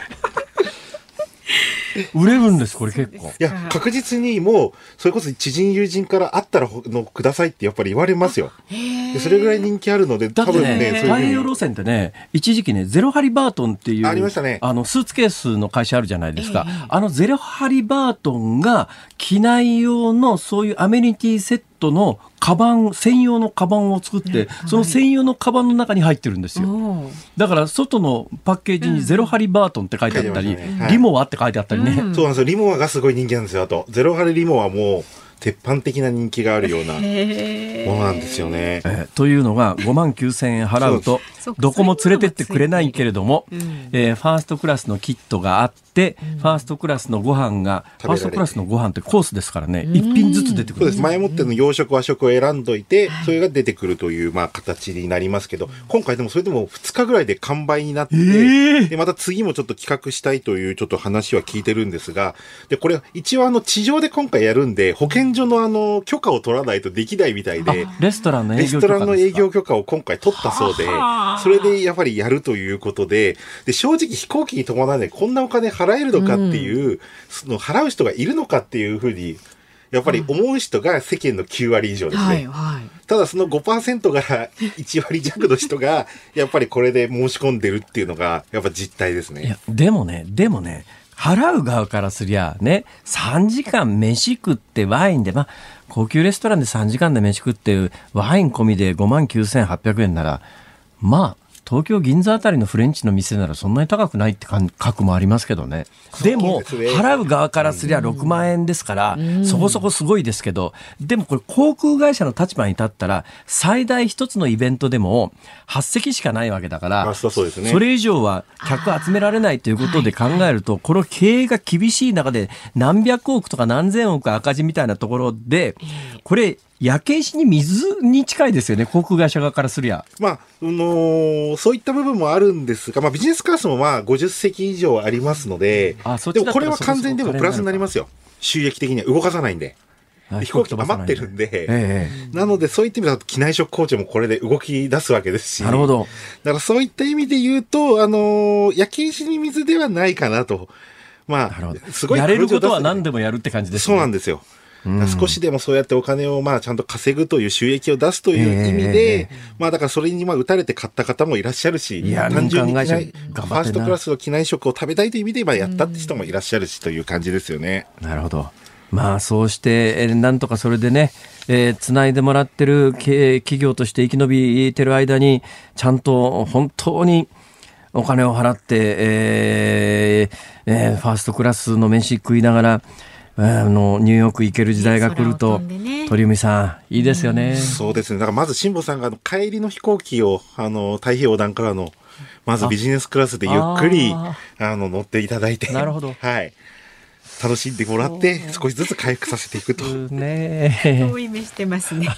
売れるんです、これ結構。いや、確実にもう、それこそ知人友人からあったらのくださいってやっぱり言われますよ。でそれぐらい人気あるので、多分ね、 ね、太平洋路線ってね、一時期ね、ゼロハリバートンっていう、 ありましたね。 あの、スーツケースの会社あるじゃないですか。あのゼロハリバートンが、機内用のそういうアメニティセットのカバン、専用のカバンを作って、ね、その専用のカバンの中に入ってるんですよ。だから外のパッケージにゼロハリバートンって書いてあったり、うんね、リモアって書いてあったりね、 うん、そうなんですよ。リモアがすごい人気なんですよ。あとゼロハリリモアも鉄板的な人気があるようなものなんですよね。 えー、というのがごまんきゅうせんえん払うとどこも連れてってくれないけれども、うん、えー、ファーストクラスのキットがあって、うん、ファーストクラスのご飯がファーストクラスのご飯ってコースですからね、一品ずつ出てくる。 そうです。前もっての洋食和食を選んどいて、それが出てくるというまあ形になりますけど、今回でもそれでもふつかぐらいで完売になって、えー、でまた次もちょっと企画したいというちょっと話は聞いてるんですが、でこれ一応あの地上で今回やるんで保健所のあの許可を取らないとできないみたいで、 レストランの営業許可ですか？ レストランの営業許可を今回取ったそうで、それでやっぱりやるということで、で正直飛行機に伴わないこんなお金払えるのかっていう、うん、その払う人がいるのかっていうふうにやっぱり思う人が世間のきゅうわり以上ですね、はいはい、ただその ごパーセント からいちわり弱の人がやっぱりこれで申し込んでるっていうのがやっぱ実態ですね。 いやでもねでもね払う側からすりゃね、さんじかん飯食ってワインで、まあ高級レストランでさんじかんで飯食ってワイン込みで ごまんきゅうせんはっぴゃくえんなら、まあ東京銀座あたりのフレンチの店ならそんなに高くないって感覚もありますけどね。でも払う側からすりゃろくまんえんですからそこそこすごいですけど、でもこれ航空会社の立場に立ったら最大一つのイベントでもはっせきしかないわけだから、 そうですね、 それ以上は客集められないということで考えると、この経営が厳しい中で何百億とか何千億赤字みたいなところで、これ焼け石に水に近いですよね、航空会社側からすりゃ。 まあ、あのー、そういった部分もあるんですが、まあ、ビジネスクラスもまあごじゅっせき以上ありますので、あ、そっちだったらでもこれは完全にでもプラスになりますよ。収益的には動かさないんで。飛行機余ってるんで、ええ、なのでそういった意味だと機内食工場もこれで動き出すわけですし、 なるほど。 だからそういった意味で言うと、あのー、焼け石に水ではないかなと。まあ、すごいやれることは何でもやるって感じですね。 そうなんですよ。うん、少しでもそうやってお金をまあちゃんと稼ぐという収益を出すという意味で、えー、まあだからそれにまあ打たれて買った方もいらっしゃるし、 いや単純に機内ファーストクラスの機内食を食べたいという意味でまあやったって人もいらっしゃるしという感じですよね。 なるほど。まあそうして、えー、なんとかそれでね、えー、つないでもらってる企業として生き延びてる間にちゃんと本当にお金を払って、えーえー、ファーストクラスの飯食いながらあのニューヨーク行ける時代が来ると、ね、鳥海さんいいですよね、 うん、そうですね。だからまず辛坊さんがあの帰りの飛行機をあの太平洋横断からのまずビジネスクラスでゆっくりああの乗っていただいて、 なるほど、 はい、楽しんでもらって少しずつ回復させていくと、 ね、遠い目してますね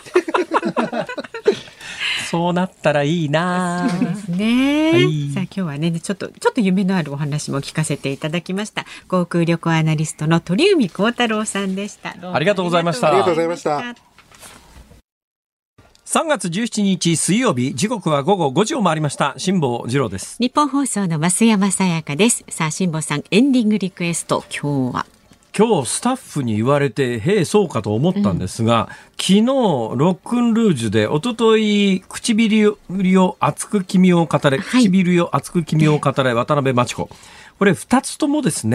そうなったらいいな。 そうですね、はい、さあ今日はねちょっとちょっと夢のあるお話も聞かせていただきました。航空旅行アナリストの鳥海高太郎さんでした。 ありがとうございました。 ありがとうございました。 さんがつじゅうしちにち水曜日、時刻はごごごじを回りました。辛坊治郎です。 日本放送の増山さやかです。さあ辛坊さん、エンディングリクエスト今日は今日スタッフに言われてへえそうかと思ったんですが、うん、昨日ロックンルージュで一昨日唇よ熱く君を語れ、はい、唇よ熱く君を語れ渡辺真知子、これふたつともですね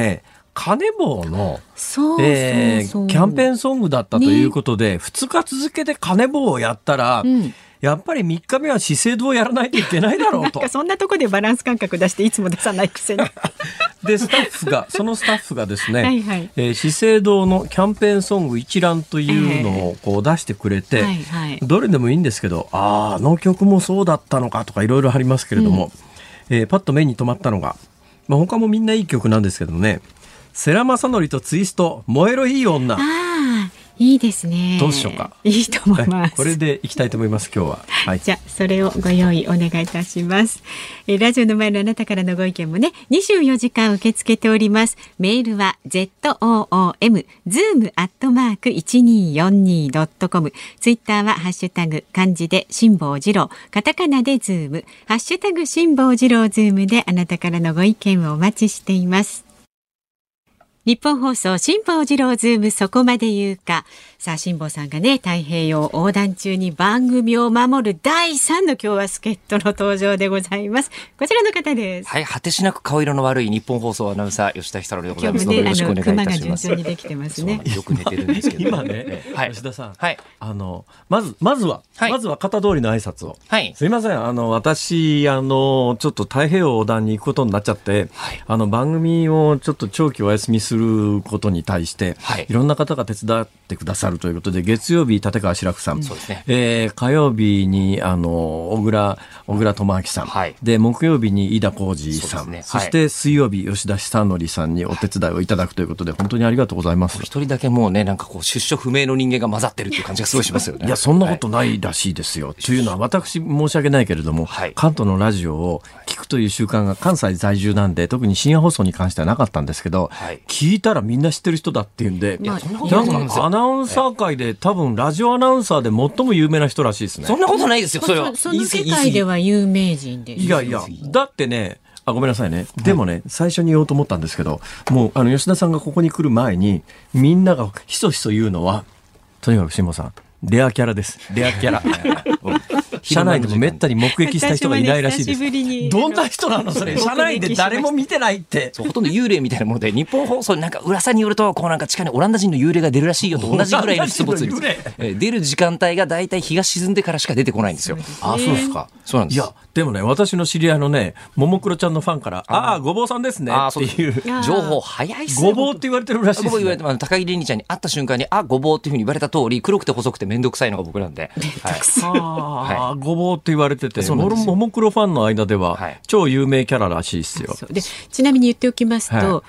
金棒のそうそうそう、 えー、キャンペーンソングだったということで、ね、ふつか続けて金棒をやったら、うん、やっぱりみっかめは資生堂をやらないといけないだろうと。 なんかそんなとこでバランス感覚出していつも出さないくせにでスタッフがそのスタッフがですね、はいはい、えー、資生堂のキャンペーンソング一覧というのをこう出してくれて、えーはいはい、どれでもいいんですけど、ああの曲もそうだったのかとかいろいろありますけれども、うん、えー、パッと目に留まったのが、まあ、他もみんないい曲なんですけどもね、世良公則とツイスト、燃えろいい女。 ああ、いいですね。 どうしようか。 いいと思います。 これでいきたいと思います今日は、はい、 じゃあそれをご用意お願いいたします。えラジオの前のあなたからのご意見もね、にじゅうよじかん受け付けております。メールは ズーム ズーム アットマーク いちにーよんにー ドットコム、 ツイッターはハッシュタグ漢字で辛坊治郎、カタカナでズーム、ハッシュタグ辛坊治郎ズームであなたからのご意見をお待ちしています。日本放送辛坊治郎ズームそこまで言うか。さあ辛坊さんがね、太平洋横断中に番組を守るだいさんの今日は助っ人の登場でございます。こちらの方です。 はい、果てしなく顔色の悪い日本放送アナウンサー吉田久郎でございます。今日もね、よろしくお願いいたします。 熊が順調にできてますね。 よく寝てるんですけど今ね、はい、吉田さん、 はい、 あのまずまずは、はい、まずは型通りの挨拶を、はい、すいません、あの私あのちょっと太平洋横断に行くことになっちゃって、はい、あの番組をちょっと長期お休みすることに対して、はい、いろんな方が手伝ってくださるということで、月曜日立川志らくさん、うん、そうですね、えー、火曜日にあの小倉小倉智昭さん、はい、で木曜日に飯田浩二さん、 そ,、ね、そして水曜日吉田久典さんにお手伝いをいただくということで、本当にありがとうございます。 一人だけもうね、なんかこう出所不明の人間が混ざってるっていう感じがすごいしますよね。 いや、そんなことないらしいですよ、はい、というのは私申し訳ないけれども、はい、関東のラジオを聞くという習慣が関西在住なんで、特に深夜放送に関してはなかったんですけど、はい、聞いたらみんな知ってる人だっていうんで、まあ、なんかアナウンサー界で多分ラジオアナウンサーで最も有名な人らしいですね。 そんなことないですよ、それは。 その世界では有名人です。 いやいや、だってね、あ、ごめんなさいね。でもね、はい、最初に言おうと思ったんですけど、もうあの吉田さんがここに来る前にみんながひそひそ言うのは、とにかく辛坊さんレアキャラです。レアキャラ。社内でもめったに目撃した人がいないらしいです。ね、どんな人なのそれ。社内で誰も見てないって。 そう、ほとんど幽霊みたいなもので、日本放送になんか噂によると、こうなんか地下にオランダ人の幽霊が出るらしいよと同じぐらいの出没率。え出る時間帯がだいたい日が沈んでからしか出てこないんですよ。 あ、そうですか。 そうなんです。 いや、でもね、私の知り合いのね、ももクロちゃんのファンから、ああ、ごぼうさんですねっていう情報早いっすね。 ごぼうって言われてるらしいですね。 ごぼう言われてます。高木玲にちゃんに会った瞬間に、あ、ごぼうっていうふうに言われた通り、黒くて細くてめんどくさいのが僕なんで。 はい、ごぼうって言われてて、ももクロファンの間では超有名キャラらしいですよ。 で、ちなみに言っておきますと、はい、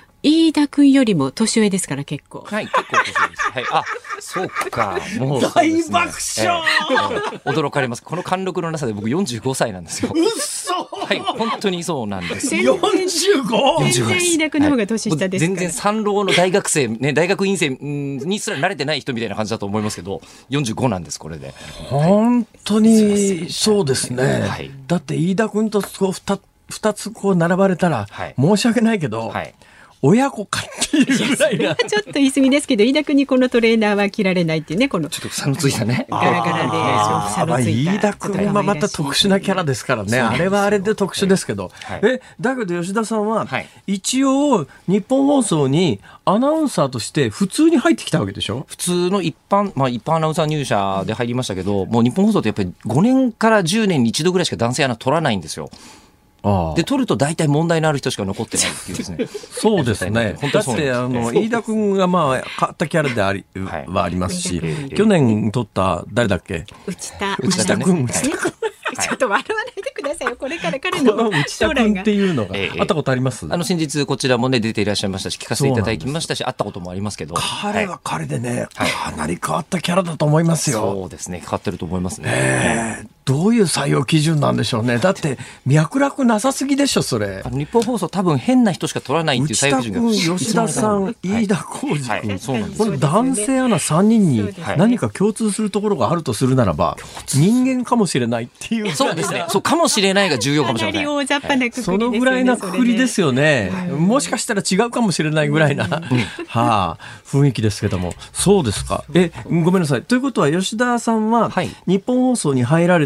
飯田君よりも年上ですから結構。 はい、結構年上です。はい、あ、そうか、もう、 ね、大爆笑、 えー、驚かれます。この貫禄のなさで僕よんじゅうごさいなんですよ。 うっそ。 はい、本当にそうなんです。 よんじゅうご？ 全然飯田君の方が年下ですから、はい、 全然三浪の大学生、ね、大学院生にすら慣れてない人みたいな感じだと思いますけど、よんじゅうごなんです、これで。 本当にそうですね。はい、だって飯田君とこう 2, 2つこう並ばれたら、はい、申し訳ないけど、はい、親子かっていうぐらいな。 ちょっと言い過ぎですけど、飯田君にこのトレーナーは着られないっていうね、このちょっと房のついたね、 ガラガラで房のついた。 飯田君はまた特殊なキャラですからね。あれはあれで特殊ですけど、はい、えだけど吉田さんは、はい、一応日本放送にアナウンサーとして普通に入ってきたわけでしょ。 普通の一般、まあ、一般アナウンサー入社で入りましたけど、もう日本放送ってやっぱりごねんからじゅうねんに一度ぐらいしか男性アナ取らないんですよ。ああで取ると大体問題のある人しか残ってないっていうですね。 そうですね。だってあの飯田君がまあ変わったキャラであり、はい、はありますし、去年取った誰だっけ？ 内田内田君。 ちょっと笑わないでくださいよ。これから彼の将来が。 っていうのが会ったことあります？ あの先日こちらもね出ていらっしゃいましたし、聞かせていただきましたし、会ったこともありますけど、 彼は彼でね、はい、かなり変わったキャラだと思いますよ。 そうですね、変わってると思いますね。 えー、どういう採用基準なんでしょうね。だって脈絡なさすぎでしょそれ。 あの日本放送多分変な人しか取らないっていう採用基準が。 内田君、吉田さん、飯田浩二君、はいはい、そうなんです。この男性アナさんにんに何か共通するところがあるとするならば、人間かもしれないっていう。 そうですね。そうかもしれないが重要かもしれない。 大雑把なくくりですよね。 そのぐらいなくくりですよね。もしかしたら違うかもしれないぐらいな、はあ、雰囲気ですけども。そうですか。え、ごめんなさい。ということは吉田さんは、はい、日本放送に入られて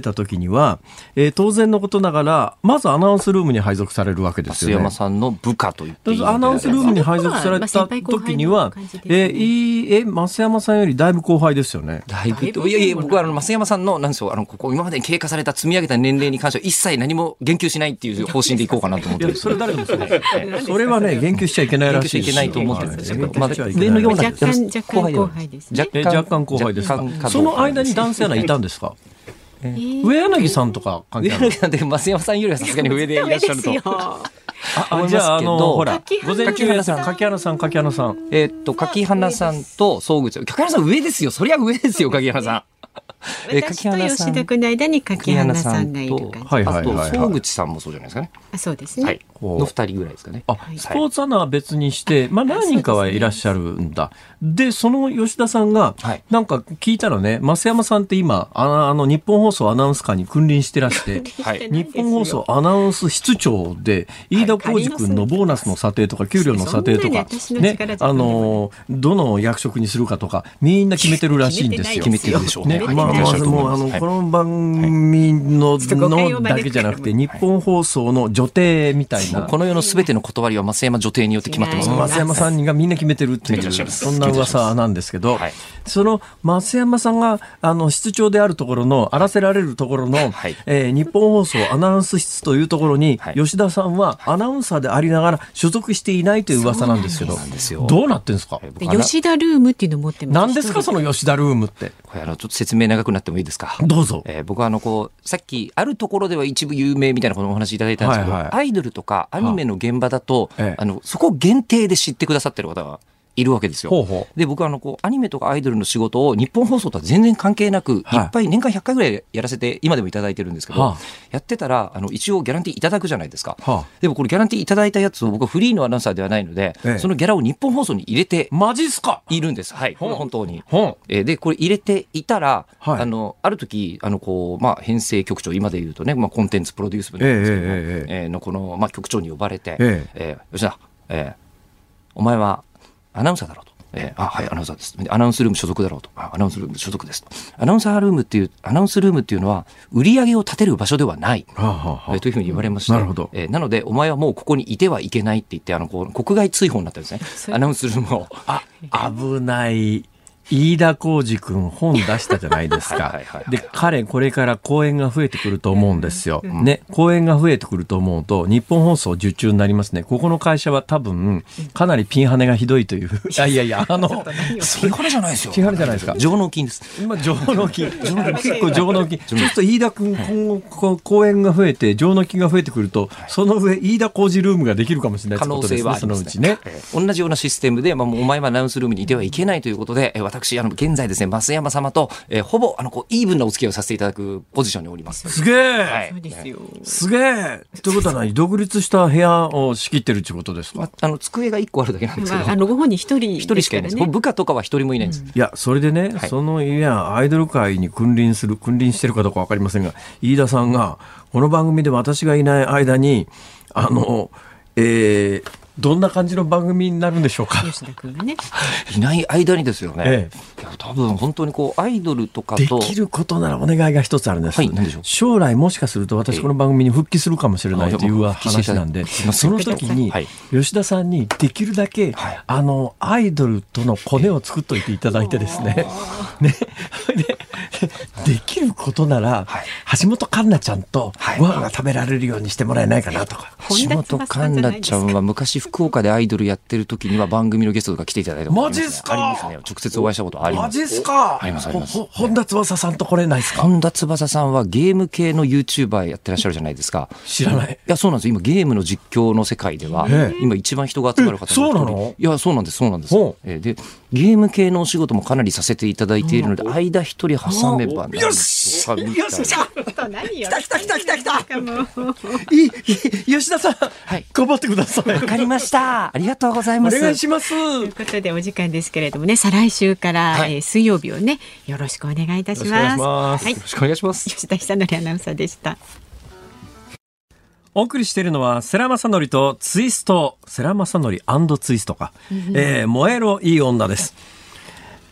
た時には、えー、当然のことながらまずアナウンスルームに配属されるわけですよね。 増山さんの部下と言っていいので、 アナウンスルームに配属された時には、えー、いいえ増山さんよりだいぶ後輩ですよね。 だいぶいやいや、僕はあの増山さんのなんですよ、あのここ今までに経過された積み上げた年齢に関しては一切何も言及しないっていう方針でいこうかなと思ってるんですよ。 いやそれ誰ですかそれはね言及しちゃいけないらしいです。 言及しちゃいけないと思ってるんですけど、まあ、 上のような若干若干後輩ですね。 若干、若干後輩ですか。その間に男性アナいたんですか。えー、上柳さんとか関係ある。 上柳さんって増山さんよりはさすがに上でいらっしゃると。 あ、じゃあ、あの、ほら、午前中、柿原さん、柿原さん。 えー、っと、柿原さんと総口。柿原さん上ですよ。そりゃ上ですよ、柿原さん。 私と吉田君の間に柿原さんがいる感じ。 はいはいはい、 あと総口さんもそうじゃないですかね。 あ、そうですね。はい、 の二人ぐらいですかね。 あ、スポーツアナは別にして、まあ何人かはいらっしゃるんだ。で、その吉田さんが、なんか聞いたらね、増山さんって今、あの日本放送アナウンス官に君臨してらして、はい、日本放送アナウンス室長で、飯田浩司君のボーナスの査定とか給料の査定とか、ね、あのどの役職にするかとか、みんな決めてるらしいんですよ。 決めてるでしょうね。 まあ、まずもうあの、はい、この番組の、のだけじゃなくて、日本放送の女帝みたいな。 この世のすべての断りは増山女帝によって決まってます。 増山さんがみんな決めてるっていう、そんな噂なんですけど、はい、その増山さんがあの室長であるところの、あらせられるところの、はい、えー、日本放送アナウンス室というところに、はい、吉田さんはアナウンサーでありながら所属していないという噂なんですけど、どうなってんですか。 吉田ルームっていうのを持ってます。 何ですかその吉田ルームって。 これあのちょっと説明長くなってもいいですか。 どうぞ。 えー、僕はあのこうさっきあるところでは一部有名みたいなことをお話しいただいたんですけど、はいはい、アイドルとかアニメの現場だと、はあ、あのそこ限定で知ってくださってる方がいるわけですよ。ほうほう。で僕はあのこうアニメとかアイドルの仕事を日本放送とは全然関係なく、はい、いっぱい年間ひゃっかいぐらいやらせて今でもいただいてるんですけど、はあ、やってたらあの一応ギャランティーいただくじゃないですか。はあ、でもこれギャランティーいただいたやつを僕はフリーのアナウンサーではないので、ええ、そのギャラを日本放送に入れてマジっすかいるんです。はい、本当に。はあ、えでこれ入れていたら、はい、あのある時あのこうまあ編成局長今で言うとね、まあコンテンツプロデュース部なんですけども、ええええ、のこのまあ局長に呼ばれて、えええー、吉田、えー、お前はアナウンサーだろうと。えー、あはいアナウンサーです。アナウンスルーム所属だろうと。あアナウンスルーム所属ですと。アナウンサールームっていうアナウンスルームっていうのは売り上げを立てる場所ではない、はあはあえー、というふうに言われまして、なるほど、えー、なのでお前はもうここにいてはいけないって言ってあのこう国外追放になったんですね。アナウンスルームをあ危ない飯田浩司君本出したじゃないですか。はいはいはいはい、で彼これから講演が増えてくると思うんですよ、うんね、講演が増えてくると思うと日本放送受注になりますね。ここの会社は多分かなりピンハネがひどいといういやいやいやあのピンハネじゃないですよ。 ピンハネじゃないですか。 上納金です。 今上納金結構上納金ちょっと飯田君今後講演が増えて上納金が増えてくると、はい、その上飯田浩司ルームができるかもしれないということですね。可能性はありますね。そのうちね、 同じようなシステムで、まあ、もうお前はアナウンスルームにいてはいけないということで私あの現在ですね増山様と、えー、ほぼあのこうイーブンなお付き合いをさせていただくポジションにおります。 すげえ、はい、すげえということは何独立した部屋を仕切ってるってことですか。 まあ、あの机がいっこあるだけなんですけど、まあ、 あのご本人一人一人しかいないです。部下とかは一人もいないんです、うん、 いやそれでね、はい、そのいやアイドル界に君臨する君臨してるかどうか分かりませんが飯田さんがこの番組で私がいない間にあのえーどんな感じの番組になるんでしょうか。 吉田君がねいない間にですよね、ええ、いや多分本当にこうアイドルとかとできることならお願いが一つあるんです、 はい、何でしょう。 将来もしかすると私この番組に復帰するかもしれないという話なんで、その時に吉田さんにできるだけ、はい、あのアイドルとのコネを作っといていただいてですねねでできることなら、はい、橋本環奈ちゃんとご飯が食べられるようにしてもらえないかなとか、 はい、橋本環奈ちゃんは昔福岡でアイドルやってる時には番組のゲストとか来ていただいたことあります、ね、 マジっすか。 ありますね。直接お会いしたことあります。 マジっすか。 ありますあります。 本田翼さんと来れないですか。 本田翼さんはゲーム系の YouTuber やってらっしゃるじゃないですか。 知らない。いやそうなんです。今ゲームの実況の世界では今一番人が集まる方。 そうなの。 いやそうなんですそうなんです。えでゲーム系のお仕事もかなりさせていただいているので間一人挟めばよしよし来た何よ来た来た来た来た来たいい吉田さん、はい、頑張ってください。 わかりました。ありがとうございます。 お願いします。ということでお時間ですけれどもね、再来週から、はい、えー、水曜日をねよろしくお願いいたします。 はい、よろしくお願いします。 吉田久典アナウンサーでした。 お送りしているのは世良正則とツイスト、世良正則&ツイストか、えー、燃えろいい女です。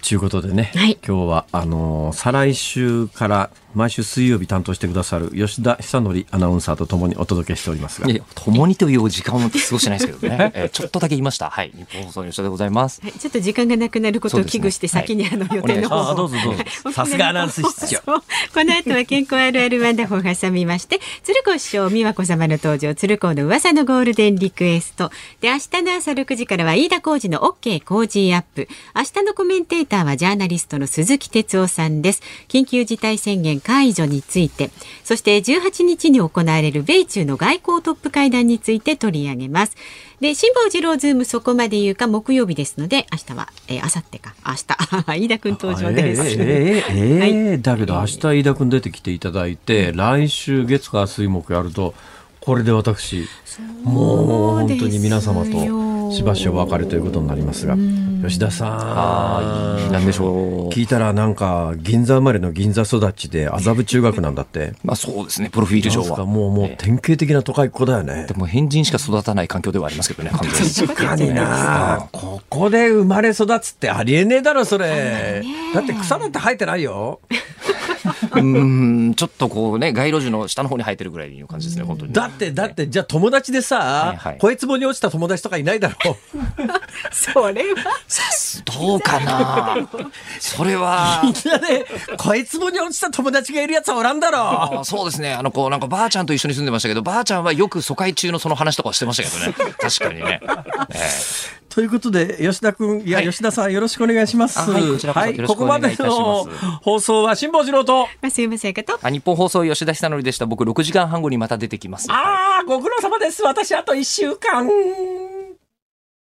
ということでね、はい、今日はあのー、再来週から毎週水曜日担当してくださる吉田久典アナウンサーとともにお届けしておりますが、 いやともにという時間を過ごしてないですけどね、えー、ちょっとだけ言いました。はい、日本放送の吉田でございます、 はい、ちょっと時間がなくなることを危惧して先にあの予定の方を、 はい、どうぞどうぞさすがアナウンス室長この後は健康あるあるワンダホーを挟みまして鶴光師匠美和子様の登場、鶴光の噂のゴールデンリクエストで、明日の朝ろくじからは飯田浩司の OK 工事アップ、明日のコメンテーターはジャーナリストの鈴木哲夫さんです。緊急事態宣言解除について、そしてじゅうはちにちに行われる米中の外交トップ会談について取り上げます。で、辛坊治郎ズームそこまで言うか木曜日ですので、明日は、えー、明後日か明日飯田くん登場です。 えーえーえーはい、だけど明日飯田くん出てきていただいて、うん、来週月火水木やるとこれで私もう本当に皆様としばしお別れということになりますが、吉田さん何でしょう。 聞いたらなんか銀座生まれの銀座育ちで麻布中学なんだってまあそうですね、プロフィール上はもうもう典型的な都会っ子だよね。 でも変人しか育たない環境ではありますけどね。 確かになここで生まれ育つってありえねえだろそれ。だって草なんて生えてないようーんちょっとこうね街路樹の下の方に生えてるぐらいの感じですね本当に。 だってだってじゃあ友達でさ、はいはい、声壺に落ちた友達とかいないだろうそれはどうかなそれはみんなで声壺に落ちた友達がいるやつはおらんだろう。 そうですね、あのこうなんかばあちゃんと一緒に住んでましたけど、ばあちゃんはよく疎開中のその話とかしてましたけどね確かにね、えー、 ということで吉田君いや、はい、吉田さんよろしくお願いします。 はい、こちらこそよろしくお願いいたします。 はい、ここまでの放送は辛坊治郎と増山さやかとあ日本放送吉田久典でした。僕ろくじかんはん後にまた出てきます。 あーご苦労様です。私あといっしゅうかん